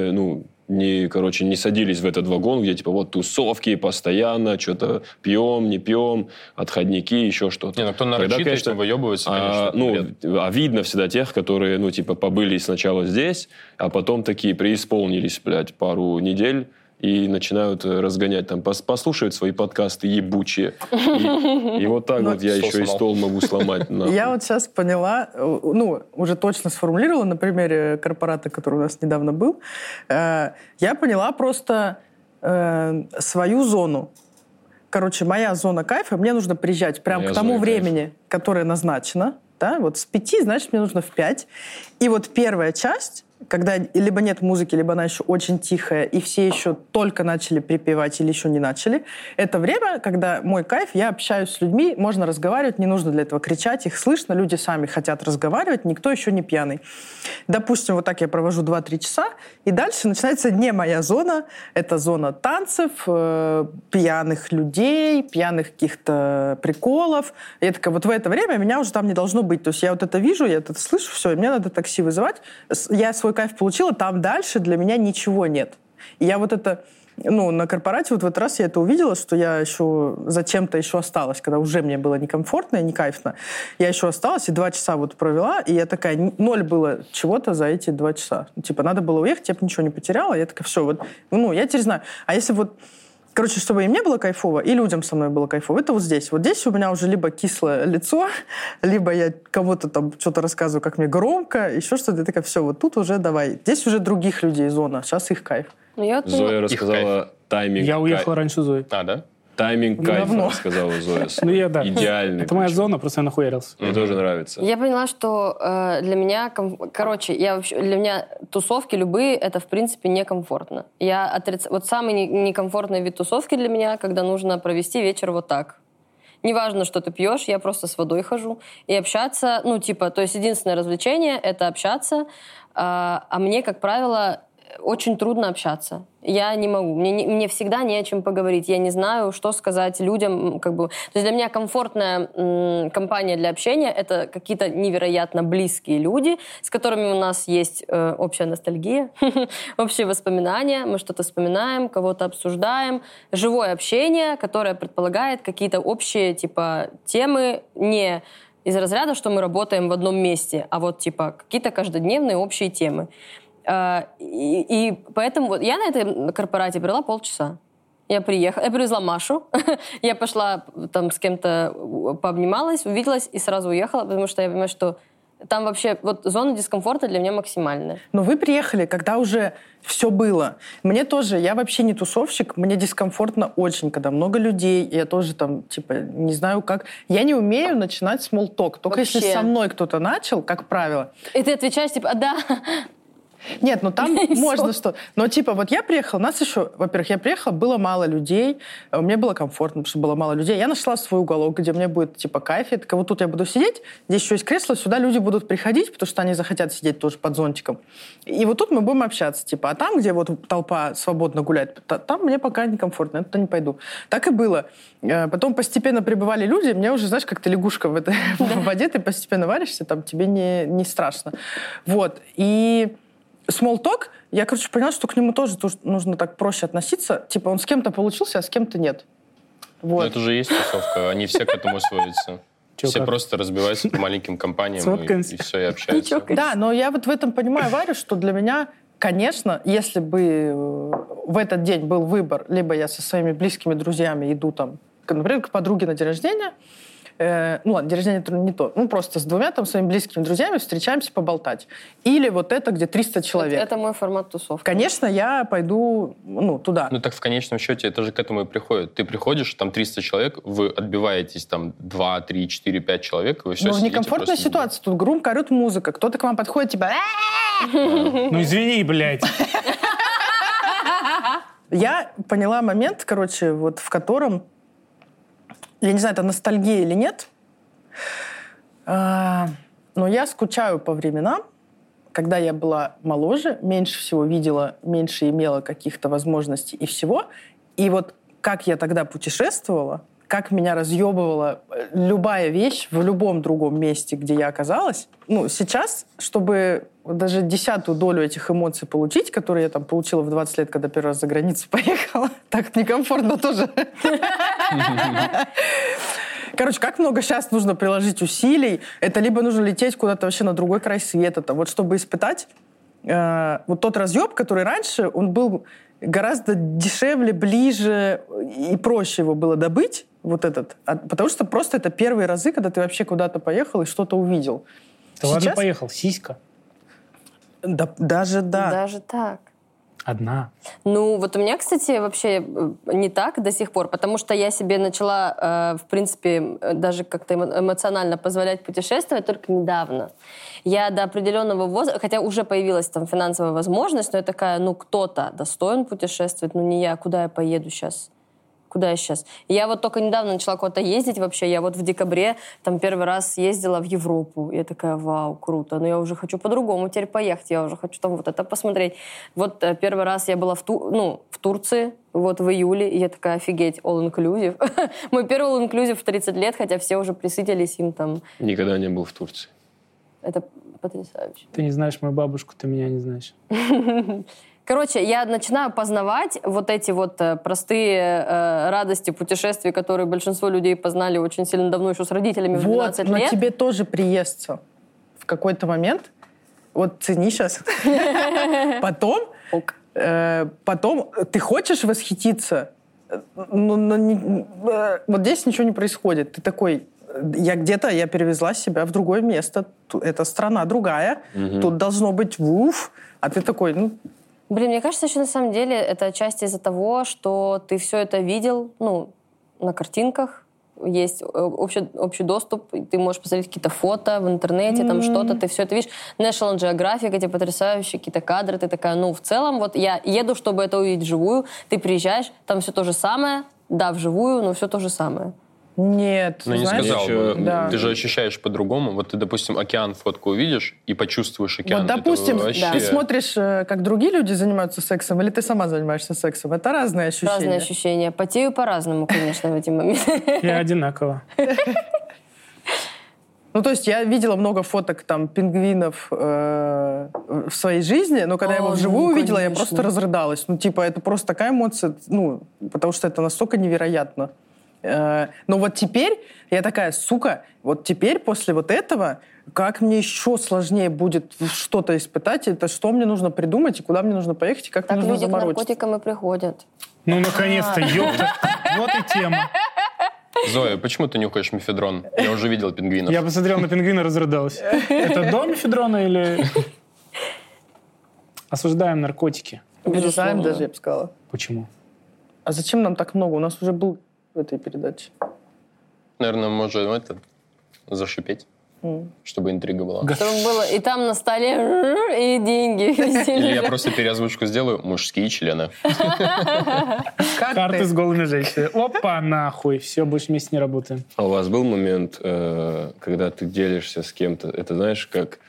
не садились в этот вагон, где тусовки постоянно, что-то пьем, не пьем, отходники, еще что-то. Кто нарочито, что выебывается, конечно. Видно всегда тех, которые, побыли сначала здесь, а потом такие преисполнились, пару недель, и начинают разгонять, послушают свои подкасты ебучие. И вот так я еще и стол могу сломать. Я сейчас поняла, уже точно сформулировала на примере корпората, который у нас недавно был. Я поняла просто свою зону. Моя зона кайфа, мне нужно приезжать прямо к тому времени, которое назначено. Да? С 5, значит, мне нужно в 5. И первая часть, когда либо нет музыки, либо она еще очень тихая, и все еще только начали припевать или еще не начали, это время, когда мой кайф, я общаюсь с людьми, можно разговаривать, не нужно для этого кричать, их слышно, люди сами хотят разговаривать, никто еще не пьяный. Допустим, так я провожу 2-3 часа, и дальше начинается не моя зона, это зона танцев, пьяных людей, пьяных каких-то приколов. И я такая, в это время меня уже там не должно быть. То есть я это вижу, я это слышу, все, и мне надо такси вызывать. Я свой кайф получила, там дальше для меня ничего нет. И я на корпорате в этот раз я это увидела, что я еще зачем-то еще осталась, когда уже мне было некомфортно и не кайфно. Я еще осталась и 2 часа провела, и я такая, 0 было чего-то за эти 2 часа. Надо было уехать, я бы ничего не потеряла. Я такая, все, я теперь знаю. А если чтобы и мне было кайфово, и людям со мной было кайфово, это здесь. Здесь у меня уже либо кислое лицо, либо я кому-то там что-то рассказываю, как мне громко, еще что-то. Я такая, все, тут уже давай. Здесь уже других людей зона, сейчас их кайф. Зоя рассказала тайминг. Я уехала раньше Зои. Да? Тайминг кайфа, сказала Зоя. Ну, я, да. Идеальный. Это моя зона, просто я нахуярился. Мне тоже нравится. Я поняла, что для меня... для меня тусовки любые, это, в принципе, некомфортно. Вот самый некомфортный вид тусовки для меня, когда нужно провести вечер вот так. Неважно, что ты пьешь, я просто с водой хожу. И общаться, то есть единственное развлечение — это общаться. А мне, как правило, очень трудно общаться. Я не могу. Мне всегда не о чем поговорить. Я не знаю, что сказать людям. То есть для меня комфортная компания для общения — это какие-то невероятно близкие люди, с которыми у нас есть общая ностальгия, общие воспоминания. Мы что-то вспоминаем, кого-то обсуждаем. Живое общение, которое предполагает какие-то общие темы, не из разряда, что мы работаем в одном месте, а вот какие-то каждодневные общие темы. И поэтому я на этой корпорате провела полчаса. Я привезла Машу, я пошла там с кем-то пообнималась, увиделась и сразу уехала, потому что я понимаю, что там вообще зона дискомфорта для меня максимальная. Но вы приехали, когда уже все было. Мне тоже, я вообще не тусовщик, мне дискомфортно очень, когда много людей, я тоже не знаю как. Я не умею начинать small talk, только вообще. если со мной кто-то начал, как правило. И ты отвечаешь да. Нет, там можно что. Но вот я приехала, нас еще, во-первых, я приехала, было мало людей, мне было комфортно, потому что было мало людей. Я нашла свой уголок, где мне будет кайф. Я такая, вот тут я буду сидеть, здесь еще есть кресло, сюда люди будут приходить, потому что они захотят сидеть тоже под зонтиком. И вот тут мы будем общаться, а там, где толпа свободно гуляет, там мне пока некомфортно, я туда не пойду. Так и было. Потом постепенно прибывали люди, мне уже, знаешь, как ты лягушка в воде, ты постепенно варишься, там тебе не страшно. Вот. И small talk, я, поняла, что к нему тоже нужно так проще относиться. Он с кем-то получился, а с кем-то нет. Вот. Но это же есть тусовка, они все к этому сводятся. Все просто разбиваются по маленьким компаниям и все, и общаются. Да, но я в этом понимаю, Варю, что для меня, конечно, если бы в этот день был выбор, либо я со своими близкими друзьями иду например, к подруге на день рождения, день рождения это не то. Просто с двумя своими близкими друзьями встречаемся поболтать. Или вот это, где 300 человек. Это мой формат тусовки. Конечно, я пойду туда. Так в конечном счете это же к этому и приходит. Ты приходишь, там 300 человек, вы отбиваетесь 2, 3, 4, 5 человек, и вы все сидите. Некомфортная ситуация. Тут громко орёт музыка. Кто-то к вам подходит, Ну извини, блядь. Я поняла момент, в котором я не знаю, это ностальгия или нет, но я скучаю по временам, когда я была моложе, меньше всего видела, меньше имела каких-то возможностей и всего. И вот как я тогда путешествовала, как меня разъебывала любая вещь в любом другом месте, где я оказалась. Сейчас, чтобы даже 10-ую долю этих эмоций получить, которые я получила в 20 лет, когда первый раз за границу поехала, так некомфортно тоже. Как много сейчас нужно приложить усилий. Это либо нужно лететь куда-то вообще на другой край света, чтобы испытать тот разъеб, который раньше, он был гораздо дешевле, ближе и проще его было добыть, потому что просто это первые разы, когда ты вообще куда-то поехал и что-то увидел. Ты ладно поехал, сиська. Да, даже да. Даже так. Одна. У меня, кстати, вообще не так до сих пор, потому что я себе начала, в принципе, даже как-то эмоционально позволять путешествовать только недавно. Я до определенного возраста, хотя уже появилась финансовая возможность, но я такая, кто-то достоин путешествовать, не я, куда я поеду сейчас? Куда я сейчас? Я только недавно начала куда-то ездить вообще. Я в декабре первый раз ездила в Европу. Я такая, вау, круто. Но я уже хочу по-другому теперь поехать. Я уже хочу это посмотреть. Первый раз я была в Турции, в июле. И я такая, офигеть, all-inclusive. Мой первый all-inclusive в 30 лет, хотя все уже присытились им там. Никогда не был в Турции. Это потрясающе. Ты не знаешь мою бабушку, ты меня не знаешь. Я начинаю познавать эти простые радости путешествий, которые большинство людей познали очень сильно давно, еще с родителями в 12 лет. Но тебе тоже приестся в какой-то момент. Цени сейчас. Потом ты хочешь восхититься, но здесь ничего не происходит. Ты такой, я перевезла себя в другое место, это страна другая, тут должно быть а ты такой, Блин, мне кажется, что на самом деле это отчасти из-за того, что ты все это видел, на картинках, есть общий доступ, ты можешь посмотреть какие-то фото в интернете, там что-то, ты все это видишь. National Geographic, эти потрясающие какие-то кадры, ты такая, в целом, вот я еду, чтобы это увидеть вживую, ты приезжаешь, там все то же самое, да, вживую, но все то же самое. Нет, не знаешь, сказал бы. Да. Ты же ощущаешь по-другому. Вот ты, допустим, океан фотку увидишь и почувствуешь океан. Вот, допустим, вообще... ты смотришь, как другие люди занимаются сексом, или ты сама занимаешься сексом. Это разные ощущения. Разные ощущения. Потею по-разному, конечно, в эти моменты. Я одинаково. То есть я видела много фоток там пингвинов в своей жизни, но когда я его вживую увидела, я просто разрыдалась. Это просто такая эмоция, потому что это настолько невероятно. Но вот теперь я такая, сука, вот теперь после вот этого, как мне еще сложнее будет что-то испытать, это что мне нужно придумать, и куда мне нужно поехать, и как мне нужно заморочиться. Так люди к наркотикам и приходят. Наконец-то, ёпта, вот и тема. Зоя, почему ты нюхаешь мефедрон? Я уже видел пингвинов. Я посмотрел на пингвина и разрыдался. Это до мефедрона или... Осуждаем наркотики. Обижаем даже, я бы сказала. Почему? А зачем нам так много? У нас уже был в этой передаче. Наверное, можно зашипеть, чтобы интрига была. Чтобы было и там на столе, и деньги. Или я просто переозвучку сделаю. Мужские члены. Карты с голыми женщинами. Опа, нахуй. Все, больше вместе не работаем. А у вас был момент, когда ты делишься с кем-то, это знаешь, как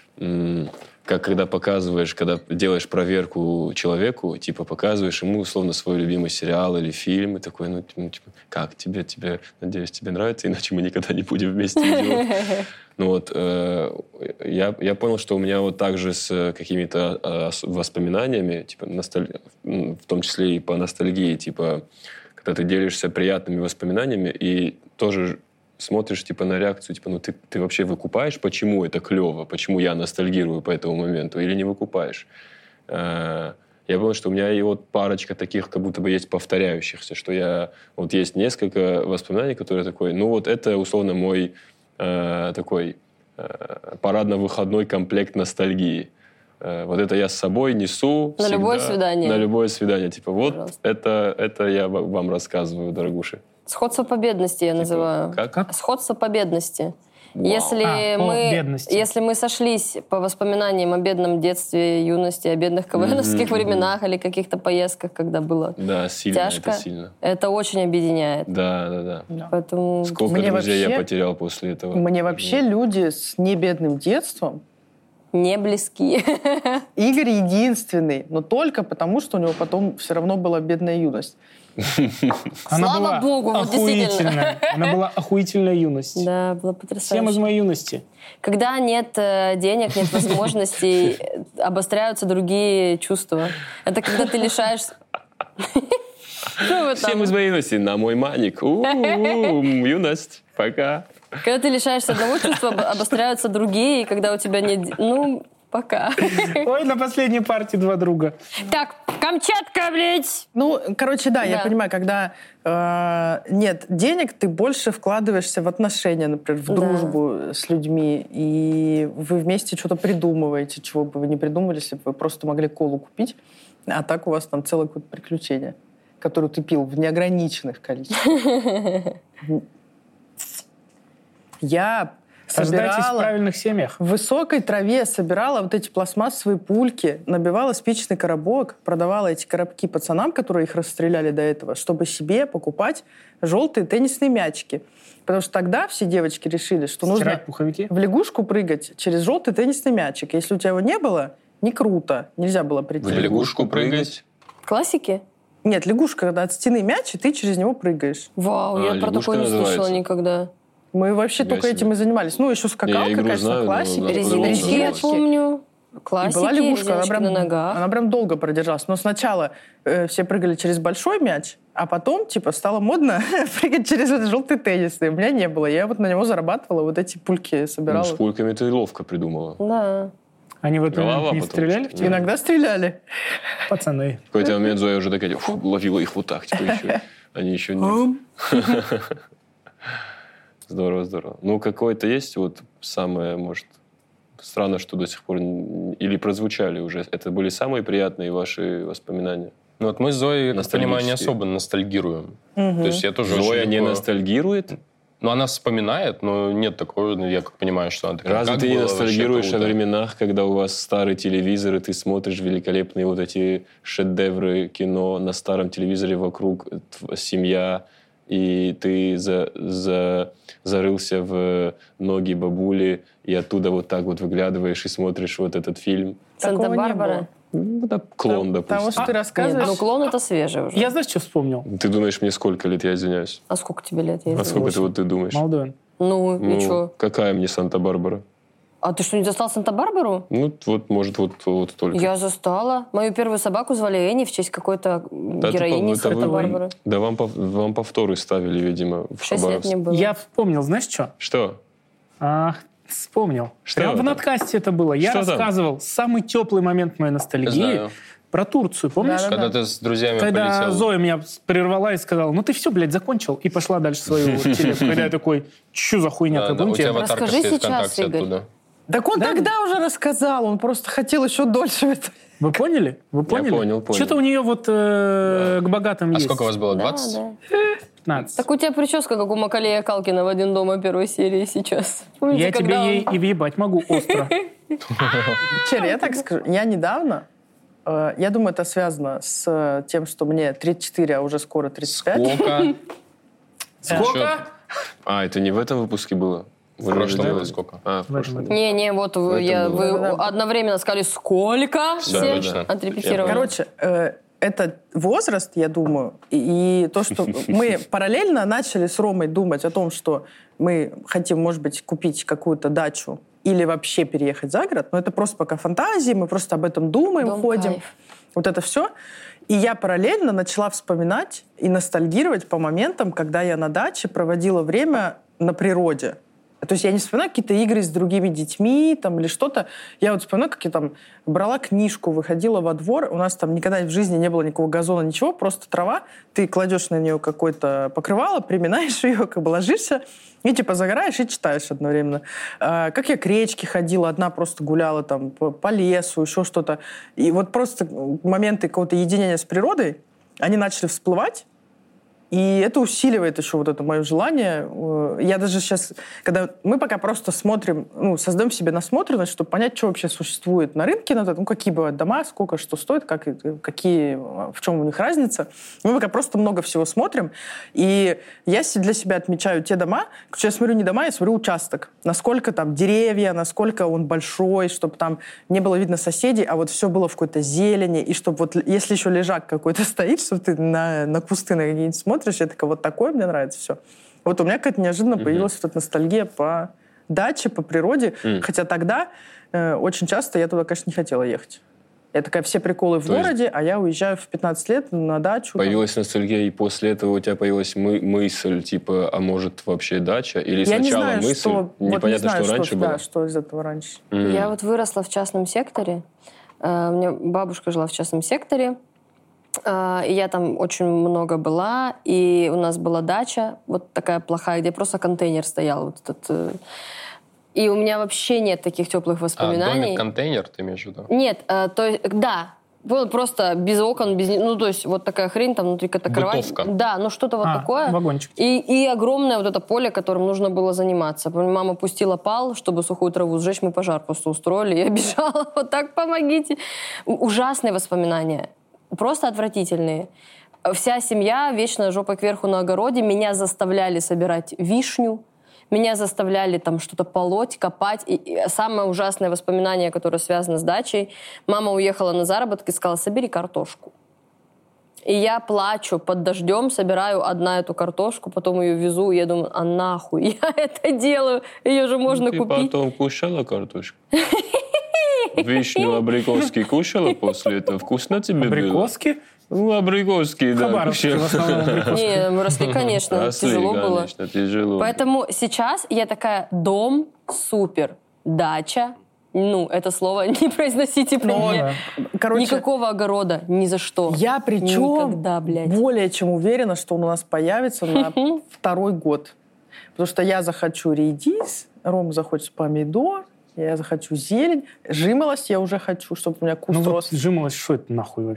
когда показываешь, когда делаешь проверку человеку, показываешь ему, условно, свой любимый сериал или фильм, и такой, как тебе, надеюсь, тебе нравится, иначе мы никогда не будем вместе делать. Я понял, что у меня вот так же с какими-то воспоминаниями, в том числе и по ностальгии, когда ты делишься приятными воспоминаниями и тоже смотришь, на реакцию, ты вообще выкупаешь, почему это клево, почему я ностальгирую по этому моменту, или не выкупаешь. Я понял, что у меня и парочка таких, как будто бы есть повторяющихся, что есть несколько воспоминаний, которые такой, это, условно, мой такой парадно-выходной комплект ностальгии. Вот это я с собой несу на всегда. Любое свидание. На любое свидание. Пожалуйста. Это я вам рассказываю, дорогуши. Сходство по бедности я называю. Как? Сходство по бедности. Вау. Если мы сошлись по воспоминаниям о бедном детстве, юности, о бедных КВНовских временах или каких-то поездках, когда было тяжко, это сильно. Это очень объединяет. Да. Поэтому... Сколько друзей я потерял после этого. Мне вообще люди с небедным детством не близки. Игорь единственный, но только потому, что у него потом все равно была бедная юность. Слава богу, вот действительно. Она была охуительная юность. Да, была потрясающе. Всем из моей юности. Когда нет денег, нет возможностей, обостряются другие чувства. Это когда ты лишаешься... Всем из моей юности. На мой маник. Юность. Пока. Когда ты лишаешься одного чувства, обостряются другие, и когда у тебя нет... Пока. Ой, на последней партии 2 друга. Так, Камчатка, блядь! Я понимаю, когда нет денег, ты больше вкладываешься в отношения, например, в дружбу с людьми, и вы вместе что-то придумываете, чего бы вы не придумали, если бы вы просто могли колу купить, а так у вас там целое какое-то приключение, которое ты пил в неограниченных количествах. Я Рождайтесь в правильных семьях. В высокой траве собирала вот эти пластмассовые пульки, набивала спичечный коробок, продавала эти коробки пацанам, которые их расстреляли до этого, чтобы себе покупать желтые теннисные мячики. Потому что тогда все девочки решили, что нужно в лягушку прыгать через желтый теннисный мячик. Если у тебя его не было, не круто. Нельзя было прийти. В лягушку прыгать? Классики? Нет, лягушка, когда от стены мяч, и ты через него прыгаешь. Вау, я про такое не слышала никогда. Мы вообще только этим и занимались. Еще скакалка, конечно, классика. Резиночки, я помню. Классики, и была лягушка, на ногах. Она прям долго продержалась. Но сначала все прыгали через большой мяч, а потом, стало модно прыгать через этот желтый теннисный. У меня не было. Я на него зарабатывала, вот эти пульки собирала. С пульками ты ловко придумала. Да. Они в этот момент не стреляли в тебя? Иногда стреляли. Пацаны. В какой-то момент Зоя уже такая, ловила их вот так. Еще. Они еще не... Здорово. Какое-то есть самое, может, странно, что до сих пор... Или прозвучали уже. Это были самые приятные ваши воспоминания? Ну вот мы с Зоей, я понимаю, не особо ностальгируем. То есть я тоже Зоя очень не легко- ностальгирует? Ну, она вспоминает, но нет такого, ну, я как понимаю, что она такая... Разве «Как ты не было, вообще ностальгируешь о круто». временах, когда у вас старый телевизор, и ты смотришь великолепные вот эти шедевры кино на старом телевизоре, вокруг семья, и ты зарылся в ноги бабули, и оттуда вот так вот выглядываешь и смотришь вот этот фильм? Такого не Санта-Барбара. было. Ну, да, клон, Потому допустим. что ты Нет, рассказываешь... ну клон это свежий уже. Я, знаешь, что вспомнил? Ты думаешь, мне сколько лет, я извиняюсь? А сколько тебе лет? Я А извиняюсь. сколько ты думаешь? Молодой он. Ну, и Ну, чё? какая мне Санта-Барбара? А ты что, не застал Санта-Барбару? Ну, вот, может, вот только. Я застала. Мою первую собаку звали Энни в честь какой-то Да, героини из это вы- Санта-Барбары. Да вам повторы ставили, видимо, в 6 лет Хабаровске. мне было. Я вспомнил, знаешь, что? Что? Вспомнил. Что Прям в это? надкасте это было. Я Что там? рассказывал самый теплый момент моей ностальгии Знаю. про Турцию. Помнишь? Да-да-да. Когда ты с друзьями Когда полетел. Зоя меня прервала и сказала, ну ты все, блядь, закончил, и пошла дальше свою вот телегу. Когда я такой, что за хуйня? Да, Как да, у помните, тебя я- аватарка Расскажи стоит сейчас, ВКонтакте Игорь. оттуда. Так он Да? тогда уже рассказал, он просто хотел еще дольше в это. Вы поняли? Вы поняли? понял. Что-то у нее вот к богатым А есть. сколько у вас было? Да, 20? да. 15. Так у тебя прическа, как у Макалея Калкина в «Один дома» первой серии сейчас. Помните, Я тебе когда он- ей и въебать могу остро. Чер, я так скажу, я недавно, я думаю, это связано с тем, что мне 34, а уже скоро 35. Сколько? Сколько? А, это не в этом выпуске было? В прошлом было сколько? А, в В этом прошлом. году. Не, вот вы Да-да-да. одновременно сказали «Сколько?» Всё, все точно. отрепетировали. Короче, это возраст, я думаю, и то, что мы параллельно начали с Ромой думать о том, что мы хотим, может быть, купить какую-то дачу или вообще переехать за город, но это просто пока фантазии, мы просто об этом думаем, Дом ходим. кайф. Вот это все. И я параллельно начала вспоминать и ностальгировать по моментам, когда я на даче проводила время на природе. То есть я не вспоминаю какие-то игры с другими детьми там, или что-то. Я вот вспоминаю, как я там брала книжку, выходила во двор. У нас там никогда в жизни не было никакого газона, ничего, просто трава. Ты кладешь на нее какое-то покрывало, приминаешь ее, как бы ложишься, и типа загораешь и читаешь одновременно. Как я к речке ходила, одна просто гуляла там по лесу, еще что-то. И вот просто моменты какого-то единения с природой, они начали всплывать. И это усиливает еще вот это мое желание. Я даже сейчас, когда мы пока просто смотрим, создаем себе насмотренность, чтобы понять, что вообще существует на рынке, какие бывают дома, сколько что стоит, в чем у них разница. Мы пока просто много всего смотрим. И я для себя отмечаю те дома, я смотрю не дома, я смотрю участок. Насколько там деревья, насколько он большой, чтобы там не было видно соседей, а вот все было в какой-то зелени, и чтобы вот, если еще лежак какой-то стоит, чтобы ты на кусты на какие-нибудь смотришь, я такая, вот такое мне нравится все. Вот у меня какая-то неожиданно появилась вот эта ностальгия по даче, по природе, хотя тогда очень часто я туда, конечно, не хотела ехать. Я такая, все приколы в городе, а я уезжаю в 15 лет на дачу. Появилась ностальгия, и после этого у тебя появилась мысль, типа, а может вообще дача? Или Я не сначала знаю, мысль, что, непонятно, что раньше было? Да, что из этого раньше. Я вот выросла в частном секторе. У меня бабушка жила в частном секторе. И я там очень много была, и у нас была дача, вот такая плохая, где просто контейнер стоял. Вот этот, и у меня вообще нет таких теплых воспоминаний. Домик-контейнер, ты имеешь в виду? Нет, то есть, да, было просто без окон, то есть вот такая хрень, там внутри какая-то кровать. Бытовка. Да, что-то вот такое. вагончик. И огромное вот это поле, которым нужно было заниматься. Мама пустила пал, чтобы сухую траву сжечь, мы пожар просто устроили. Я бежала, вот так помогите. Ужасные воспоминания. Просто отвратительные. Вся семья вечно жопой кверху на огороде. Меня заставляли собирать вишню. Меня заставляли там что-то полоть, копать. И самое ужасное воспоминание, которое связано с дачей. Мама уехала на заработки и сказала, собери картошку. И я плачу под дождем, собираю одна эту картошку, потом ее везу, и я думаю, а нахуй я это делаю? Ее же можно Ты купить. потом кушала картошку? Вишню абрикоски кушала после этого? Вкусно тебе было? Абрикоски? Ну, абрикоски, да. Хабаровске в основном абрикоски. Не, мы росли, конечно, Росли, тяжело было. конечно, тяжело. Поэтому сейчас я такая, дом супер, дача, это слово не произносите при мне. Короче, Никакого огорода, ни за что. я причем Никогда, блядь. более чем уверена, что он у нас появится на второй год. Потому что я захочу редис, Рома захочет помидор, я захочу зелень. Жимолость я уже хочу, чтобы у меня куст Ну вот рос. жимолость, что это нахуй вообще?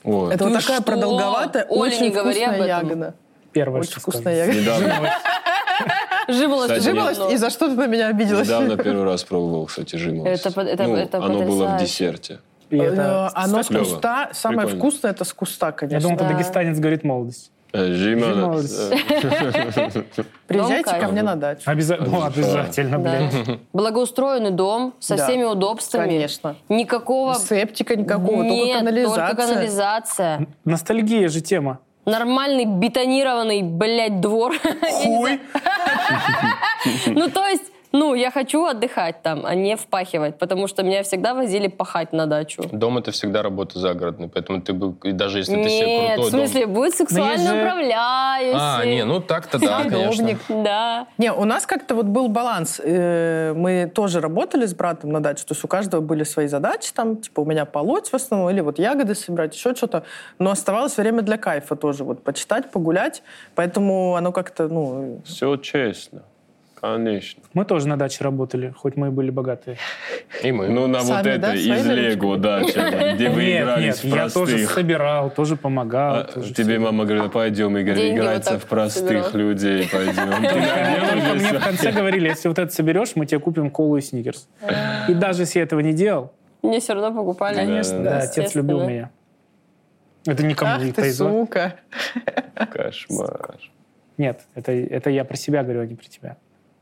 Ой. Это Ты вот такая что? продолговатая, Оле, очень не говори об вкусная этом. ягода. Первое, Очень что вкусная скажу. ягода. Недавно, Жимолость, Кстати, жимолость. И за что ты на меня обиделась? недавно первый раз пробовал, кстати, жимолость. Это оно было в потрясающе. десерте. И это... Оно с клёво. куста, самое Прикольно. вкусное это с куста, Я конечно. думал, Да. это дагестанец говорит молодость. Жимолость. Приезжайте Дом ко мне кайф. на дачу. Обязательно, Да. блядь. Благоустроенный дом со Да. всеми удобствами. Конечно. Никакого... Септика никакого, только Нет, канализация. только канализация. Ностальгия же тема. Нормальный бетонированный, блядь, двор. Хуй. Ну, то есть, я хочу отдыхать там, а не впахивать, потому что меня всегда возили пахать на дачу. Дом — это всегда работа загородная, поэтому ты бы, и даже если ты себе Нет, крутой в смысле, будет сексуально Но есть же- управляющий. так-то да, конечно. Садовник. Да. Не, у нас как-то вот был баланс. Мы тоже работали с братом на даче, то есть у каждого были свои задачи, там, типа, у меня полоть в основном, или вот ягоды собирать, еще что-то. Но оставалось время для кайфа тоже, вот, почитать, погулять, поэтому оно как-то, Все честно. Конечно. Мы тоже на даче работали, хоть мы и были богатые. И мы. Ну, на Сами, вот это да, из своими Лего дача, где вы Нет, игрались в я тоже простых. собирал, тоже помогал. тоже Тебе всё. мама говорила, пойдем, Игорь, Деньги играться вот так в простых собирал. людей, пойдем. Только мне в конце говорили, если вот это соберешь, мы тебе купим колу и сникерс. И даже если я этого не делал, Мне все равно покупали. конечно, да, отец любил естественно. меня. Это никому ах не ты, производ. сука. Кошмар. Нет, это я про себя говорю, а не про тебя.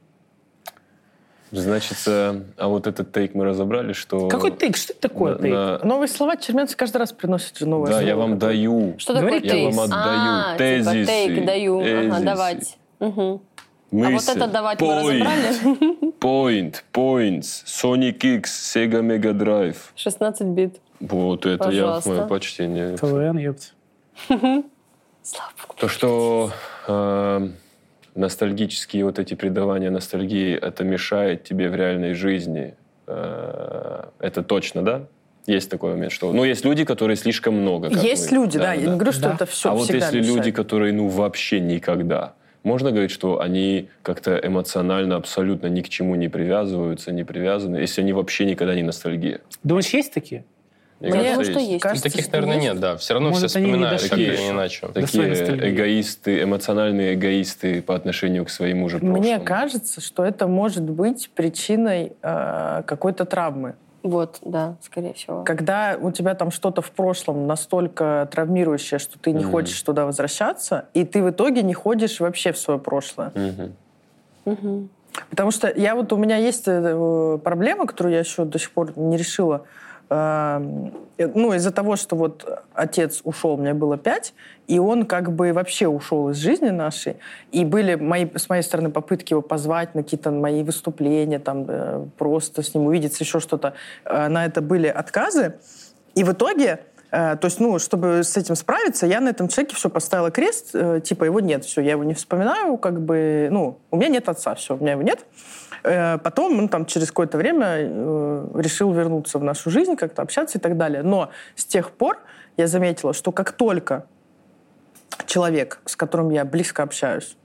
Значит, а вот этот тейк мы разобрали, что... Какой тейк? Что это такое тейк? Новые слова черменцы каждый раз приносят же новые Да, слова. я вам даю. Что такое Говорите, Я тейс? вам отдаю тезисы. Типа тейк даю. Ага, тезисы. давать. Мгм. А Мысль. вот это давать мы Point. разобрали? Points, Sonic X, Sega Mega Drive. 16 бит. Вот это Пожалуйста. мое почтение. КВН, ёпт. Слава богу. То, что ностальгические вот эти предавания ностальгии, это мешает тебе в реальной жизни, это точно, да? Есть такой момент, что... Ну, есть люди, которые слишком много. как Есть мы. люди, да, я не говорю, что Да. это все А вот всегда если мешает. люди, которые, вообще никогда... Можно говорить, что они как-то эмоционально абсолютно ни к чему не привязываются, не привязаны, если они вообще никогда не ностальгия? Думаешь, есть такие? Мне Я кажется, думаю, что есть. Ну, Кажется, таких, что наверное, есть. нет, да. Все равно Может, все они не вспоминают, дошли так или еще. иначе. До своей Такие ностальгии. эгоисты, эмоциональные эгоисты по отношению к своему же прошлому. Мне кажется, что это может быть причиной какой-то травмы. Вот, да, скорее всего. Когда у тебя там что-то в прошлом настолько травмирующее, что ты не хочешь туда возвращаться, и ты в итоге не ходишь вообще в свое прошлое. Мгм. Потому что у меня есть проблема, которую я еще до сих пор не решила. Из-за того, что вот отец ушел, мне было 5, и он как бы вообще ушел из жизни нашей. И были с моей стороны попытки его позвать на какие-то мои выступления, там, просто с ним увидеться, еще что-то. На это были отказы. И в итоге, то есть, чтобы с этим справиться, я на этом человеке все поставила крест, типа его нет, все, я его не вспоминаю, как бы, у меня нет отца, все, у меня его нет. Потом он там через какое-то время решил вернуться в нашу жизнь, как-то общаться и так далее. Но с тех пор я заметила, что как только человек, с которым я близко общаюсь,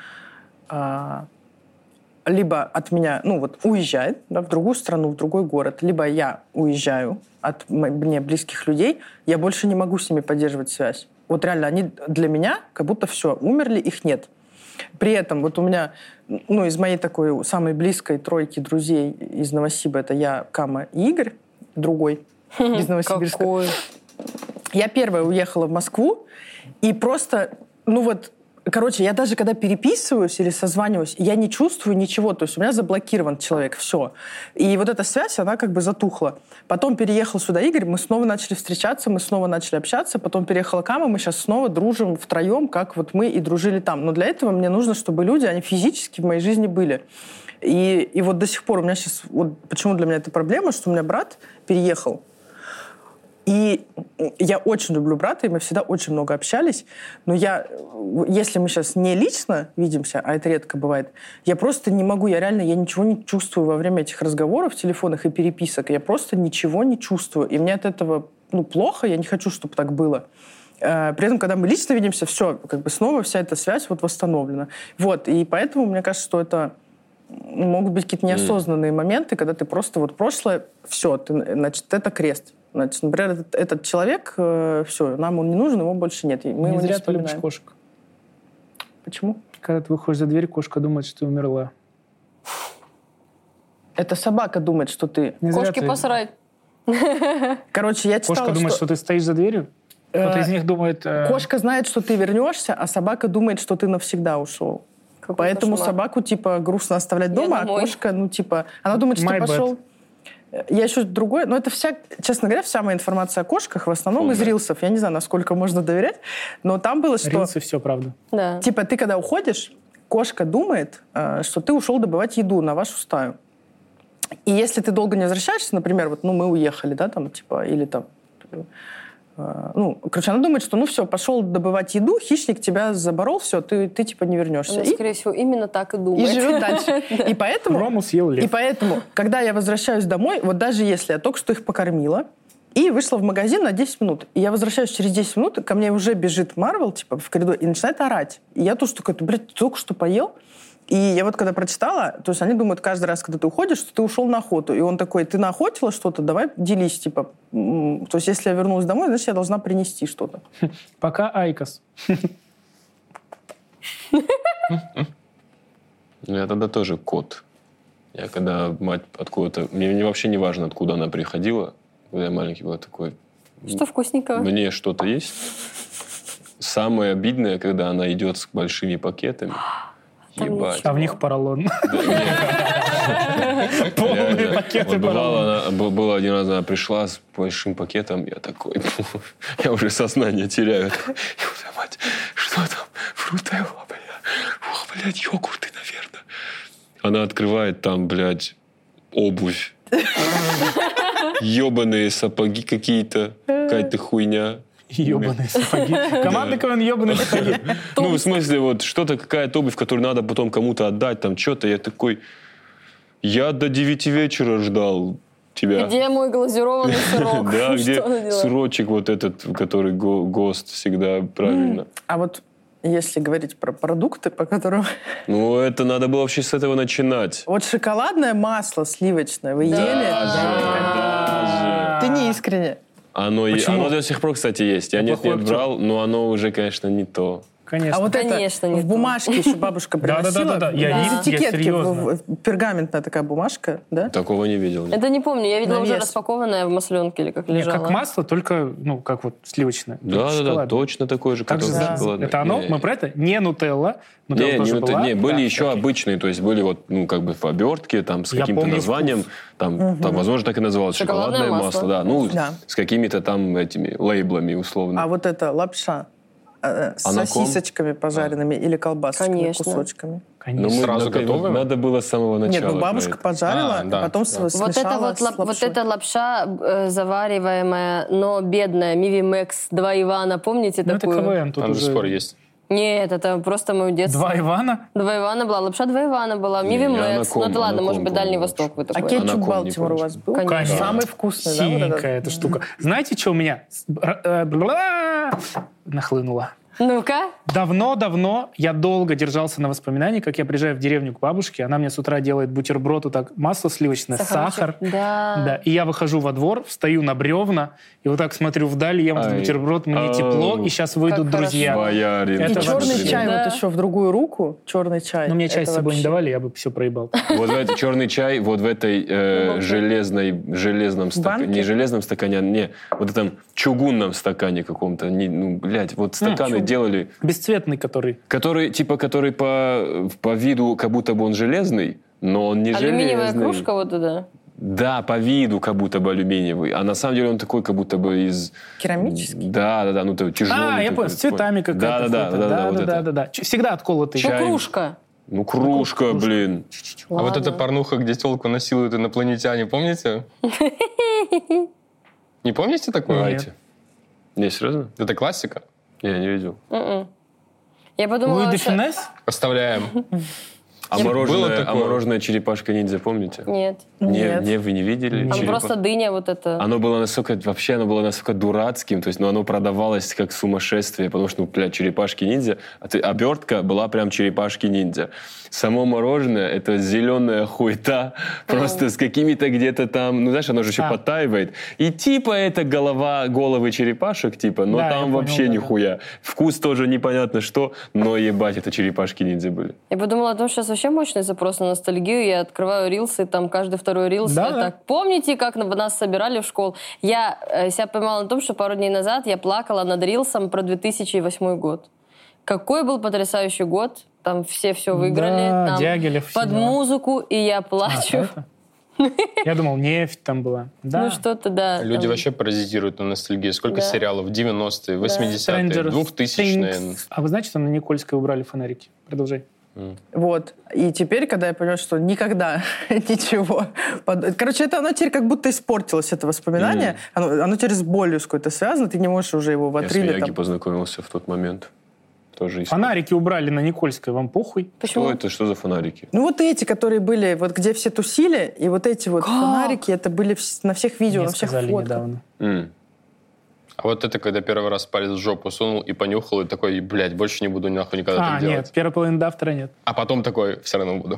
либо от меня, уезжает, да, в другую страну, в другой город, либо я уезжаю от мне близких людей, я больше не могу с ними поддерживать связь. Вот реально, они для меня как будто все, умерли, их нет. При этом вот у меня, из моей такой самой близкой тройки друзей из Новосиба, это я, Кама и Игорь, другой из Новосибирска. Какой? Я первая уехала в Москву, и просто, я даже когда переписываюсь или созваниваюсь, я не чувствую ничего, то есть у меня заблокирован человек, все. И вот эта связь, она как бы затухла. Потом переехал сюда Игорь, мы снова начали встречаться, мы снова начали общаться, потом переехала Кама, мы сейчас снова дружим втроем, как вот мы и дружили там. Но для этого мне нужно, чтобы люди, они физически в моей жизни были. И вот до сих пор у меня сейчас, почему для меня это проблема, что у меня брат переехал. И я очень люблю брата, и мы всегда очень много общались. Но если мы сейчас не лично видимся, а это редко бывает, я просто не могу, я ничего не чувствую во время этих разговоров в телефонах и переписок. Я просто ничего не чувствую. И мне от этого плохо, я не хочу, чтобы так было. При этом, когда мы лично видимся, все, как бы снова вся эта связь восстановлена. И поэтому, мне кажется, что это могут быть какие-то неосознанные моменты, когда ты просто прошлое, все, значит, это крест. Значит, например, этот человек, все, нам он не нужен, его больше нет. Мы Не его не зря ты любишь вспоминаем. кошек. Почему? Когда ты выходишь за дверь, кошка думает, что ты умерла. Это собака думает, что ты... Не зря Кошки ты- посрать. Короче, я читала, Кошка думает, что ты стоишь за дверью? Кто-то из них думает... Кошка знает, что ты вернешься, а собака думает, что ты навсегда ушел. Какой Поэтому кошмар. собаку, типа, грустно оставлять Я дома, а домой. кошка, ну, типа, она думает, что My ты bad. пошел... Я еще другое, но это вся, честно говоря, вся моя информация о кошках в основном из рилсов. Я не знаю, насколько можно доверять, но там было, что... Рилсы, все правда. Да. Типа, ты когда уходишь, кошка думает, что ты ушел добывать еду на вашу стаю. И если ты долго не возвращаешься, например, вот, ну, мы уехали, да, там, типа, или там... Ну, короче, она думает, что, ну, все, пошел добывать еду, хищник тебя заборол, все, ты типа, не вернешься. Она, скорее всего, именно так и И думает. живет дальше. И поэтому... Рому съел лев. И поэтому, когда я возвращаюсь домой, вот даже если я только что их покормила, и вышла в магазин на 10 минут, и я возвращаюсь через 10 минут, ко мне уже бежит Марвел, типа, в коридор, и начинает орать. И я тоже такая, блядь, ты только что поел? И я вот когда прочитала, то есть они думают каждый раз, когда ты уходишь, что ты ушел на охоту. И он такой, ты наохотила что-то, давай делись, типа. То есть если я вернулась домой, значит, я должна принести что-то. Пока Айкос. Я тогда тоже кот. Я когда мать откуда-то... Мне вообще не важно, откуда она приходила. Когда я маленький был, такой... Что вкусненького? Мне что-то есть. Самое обидное, когда она идет с большими пакетами. Ебать. А в них поролон. Реально. Полные пакеты Вот поролона. было один раз, она пришла с большим пакетом, я такой, я уже сознание теряю. Я, мать, что там? Фрутелла, блядь, йогурты, наверное. Она открывает там, блядь, обувь. Ёбаные сапоги какие-то, какая-то хуйня. Ёбаные сапоги. Командный КВН ёбаные сапоги. Ну, в смысле, вот что-то, какая-то обувь, которую надо потом кому-то отдать, там что-то. Я такой, я до 9 вечера ждал тебя. Где мой глазированный сырок? Да, где Что она делала? сырочек вот этот, который ГОСТ всегда правильно. А вот если говорить про продукты, по которым... Ну, это надо было вообще с этого начинать. Вот шоколадное масло сливочное вы ели? Даже. Ты не искренне. Оно до сих пор, кстати, есть. Я нет плохой актер. брал, но оно уже, конечно, не то. Конечно. А вот Конечно, это не в то. бумажке еще бабушка приносила. Да-да-да, я Из видел, я этикетки, серьезно. пергаментная такая бумажка, да? Такого не видел. Это не помню, я видела На уже вес. распакованное в масленке или как Не, лежало. как масло, только, ну, как вот сливочное. только Да, шоколадное. точно такой же, Так же, который да. шоколадный. Это оно? Не. Мы про это? Не нутелла. Нутелла Не, тоже не, была. не, были Да, еще окей. обычные, то есть были вот, ну, как бы в обертке, там, с Я каким-то помню названием, там, возможно, так и называлось, Шоколадное шоколадное масло. масло, да, ну, Да. с какими-то там этими лейблами, условно. А вот это лапша с А на ком? сосисочками пожаренными или колбасочками, Конечно. кусочками. Конечно. Ну, Сразу надо, готовы? надо было с самого начала. Нет, ну про бабушка это. пожарила, Да, а потом да. смешала Вот это вот, с лапшой. вот эта лапша завариваемая, но бедная, Миви Мэкс, 2 Ивана, помните Ну, это такую? КВН тут Там до уже. сих пор есть. Нет, это просто мое детство. 2 Ивана? 2 Ивана была, лапша 2 Ивана была, Миви я Мэкс. на ком- Ну это ладно, на может ком быть, Дальний помню Восток вы А такой. на кетчуп ком не Балтимор у помнишь? вас был? Конечно. Самый вкусный, да? вот этот? Синенькая эта штука. Знаете, что у меня нахлынуло? Ну-ка. Давно-давно я долго держался на воспоминании, как я приезжаю в деревню к бабушке, она мне с утра делает бутерброд, вот так, масло сливочное, сахар. Да. Да, и я выхожу во двор, встаю на бревна, и вот так смотрю вдаль, ем этот Ай. бутерброд, мне тепло, и сейчас выйдут Как друзья. Боярин. И Это черный вообще- чай Да. вот еще в другую руку, черный чай. Но мне чай Это с собой не вообще- давали, я бы все проебал. Вот в этот черный чай, вот в этой железном стакане, Банке? не железном стакане, а не, вот этом чугунном стакане каком-то, ну, блядь, вот стаканы делали, Бесцветный который. который по виду как будто бы он железный, но он не Алюминиевая железный. кружка вот туда. Да, по виду как будто бы алюминиевый, а на самом деле он такой как будто бы из... Керамический? Да, ну то тяжелый. Я понял, с цветами какая-то. Да, вот это. Да. Всегда отколотый. Ну, Чай. кружка. Ну, кружка, блин. А вот эта порнуха, где телку насилуют инопланетяне, помните? Не помните такое? Давайте. Не, серьезно? Это классика. Я не видел. Я подумала, Луи де что- Финес? Оставляем. А мороженое черепашка-ниндзя, помните? Нет. Не, вы не видели? Там просто дыня вот это. Оно было настолько дурацким, то есть, оно продавалось как сумасшествие, потому что, черепашки-ниндзя, обертка была прям черепашки-ниндзя. Само мороженое — это зеленая хуйта, просто с какими-то где-то там, знаешь, оно же еще подтаивает. И это головы черепашек, но там вообще нихуя. Вкус тоже непонятно что, но ебать, это черепашки-ниндзя были. Я подумала о том, что сейчас вообще мощный запрос на ностальгию. Я открываю рилсы, там каждый второй рилс. Так, помните, как нас собирали в школу? Я себя поймала на том, что пару дней назад я плакала над рилсом про 2008 год. Какой был потрясающий год. Там все выиграли. Да, там Дягилев. под музыку, и я плачу. Я думал, нефть там была. Да. Ну что-то, да. Люди вообще паразитируют на ностальгии. Сколько сериалов? 90-е, 80-е, 2000-е. А вы знаете, что на Никольской убрали фонарики? Продолжай. Вот. И теперь, когда я поняла, что никогда ничего... Короче, оно теперь как будто испортилось, это воспоминание. Оно теперь с болью с какой-то связано, ты не можешь уже его в отрыве... Я с Мияги познакомился в тот момент. Тоже фонарики убрали на Никольской, вам похуй? Почему? Что это? Что за фонарики? Ну вот эти, которые были, вот где все тусили, и вот эти вот фонарики, это были на всех видео, Мне на всех сказали фотках. недавно. А вот это, когда первый раз палец в жопу сунул и понюхал, и такой, блядь, больше не буду нахуй никогда так делать. Нет, первая половина да, вторая нет. А потом такой, все равно буду.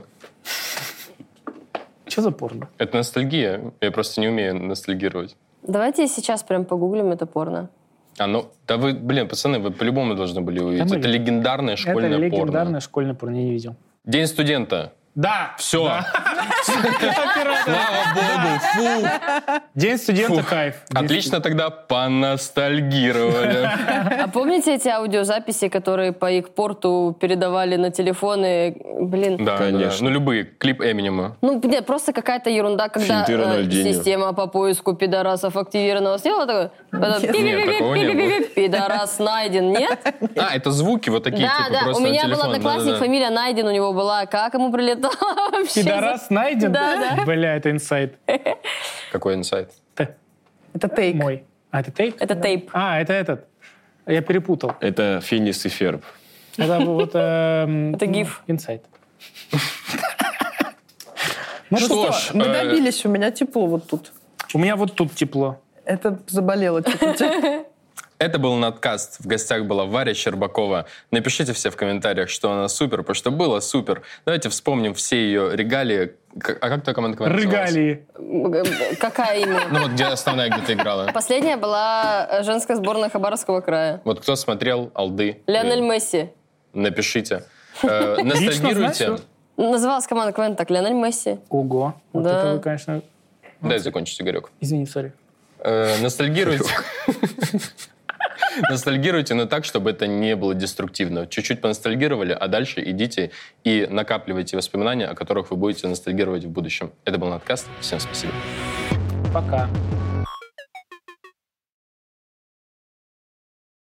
Что за порно? Это ностальгия. Я просто не умею ностальгировать. Давайте сейчас прям погуглим это порно. Да вы, пацаны, вы по-любому должны были увидеть. Это легендарное школьное порно. Это легендарное школьное порно, я не видел. День студента. Да! Все. Слава богу! Фу! День студента кайф. Отлично тогда поностальгировали. А помните эти аудиозаписи, которые по их порту передавали на телефоны? Блин. Да, конечно. Ну, любые. Клип Эминема. Ну, нет, просто какая-то ерунда, когда система по поиску пидорасов активирована. Сделала такое? Пидорас найден. Нет? Это звуки вот такие, типа просто на телефон. Да, у меня был одноклассник, фамилия Найден у него была. Как ему прилетало вообще? Пидорас найден? Да. Бля, это инсайт. Какой инсайт? Это тейк. Мой. А, это тейк? Это тейп. Это этот. Я перепутал. Это Финис и Ферб. Это вот... Это гиф. Инсайт. Ну что ж, мы добились, у меня тепло вот тут. У меня вот тут тепло. Это заболело чуть-чуть. Это был Надкаст. В гостях была Варя Щербакова. Напишите все в комментариях, что она супер, потому что было супер. Давайте вспомним все ее регалии. А как твоя команда называлась? Регалии. Какая именно? Ну вот где основная, где ты играла. Последняя была женская сборная Хабаровского края. Вот кто смотрел Алды? Лионель Месси. Напишите. Ностальгируйте. Называлась команда КВН так, Лионель Месси. Ого. Вот Да. это вы, конечно... Дай закончить, Игорек. Извини, сори. Ностальгируйте. Ностальгируйте, но так, чтобы это не было деструктивно. Чуть-чуть поностальгировали, а дальше идите и накапливайте воспоминания, о которых вы будете ностальгировать в будущем. Это был Надкаст. Всем спасибо. Пока.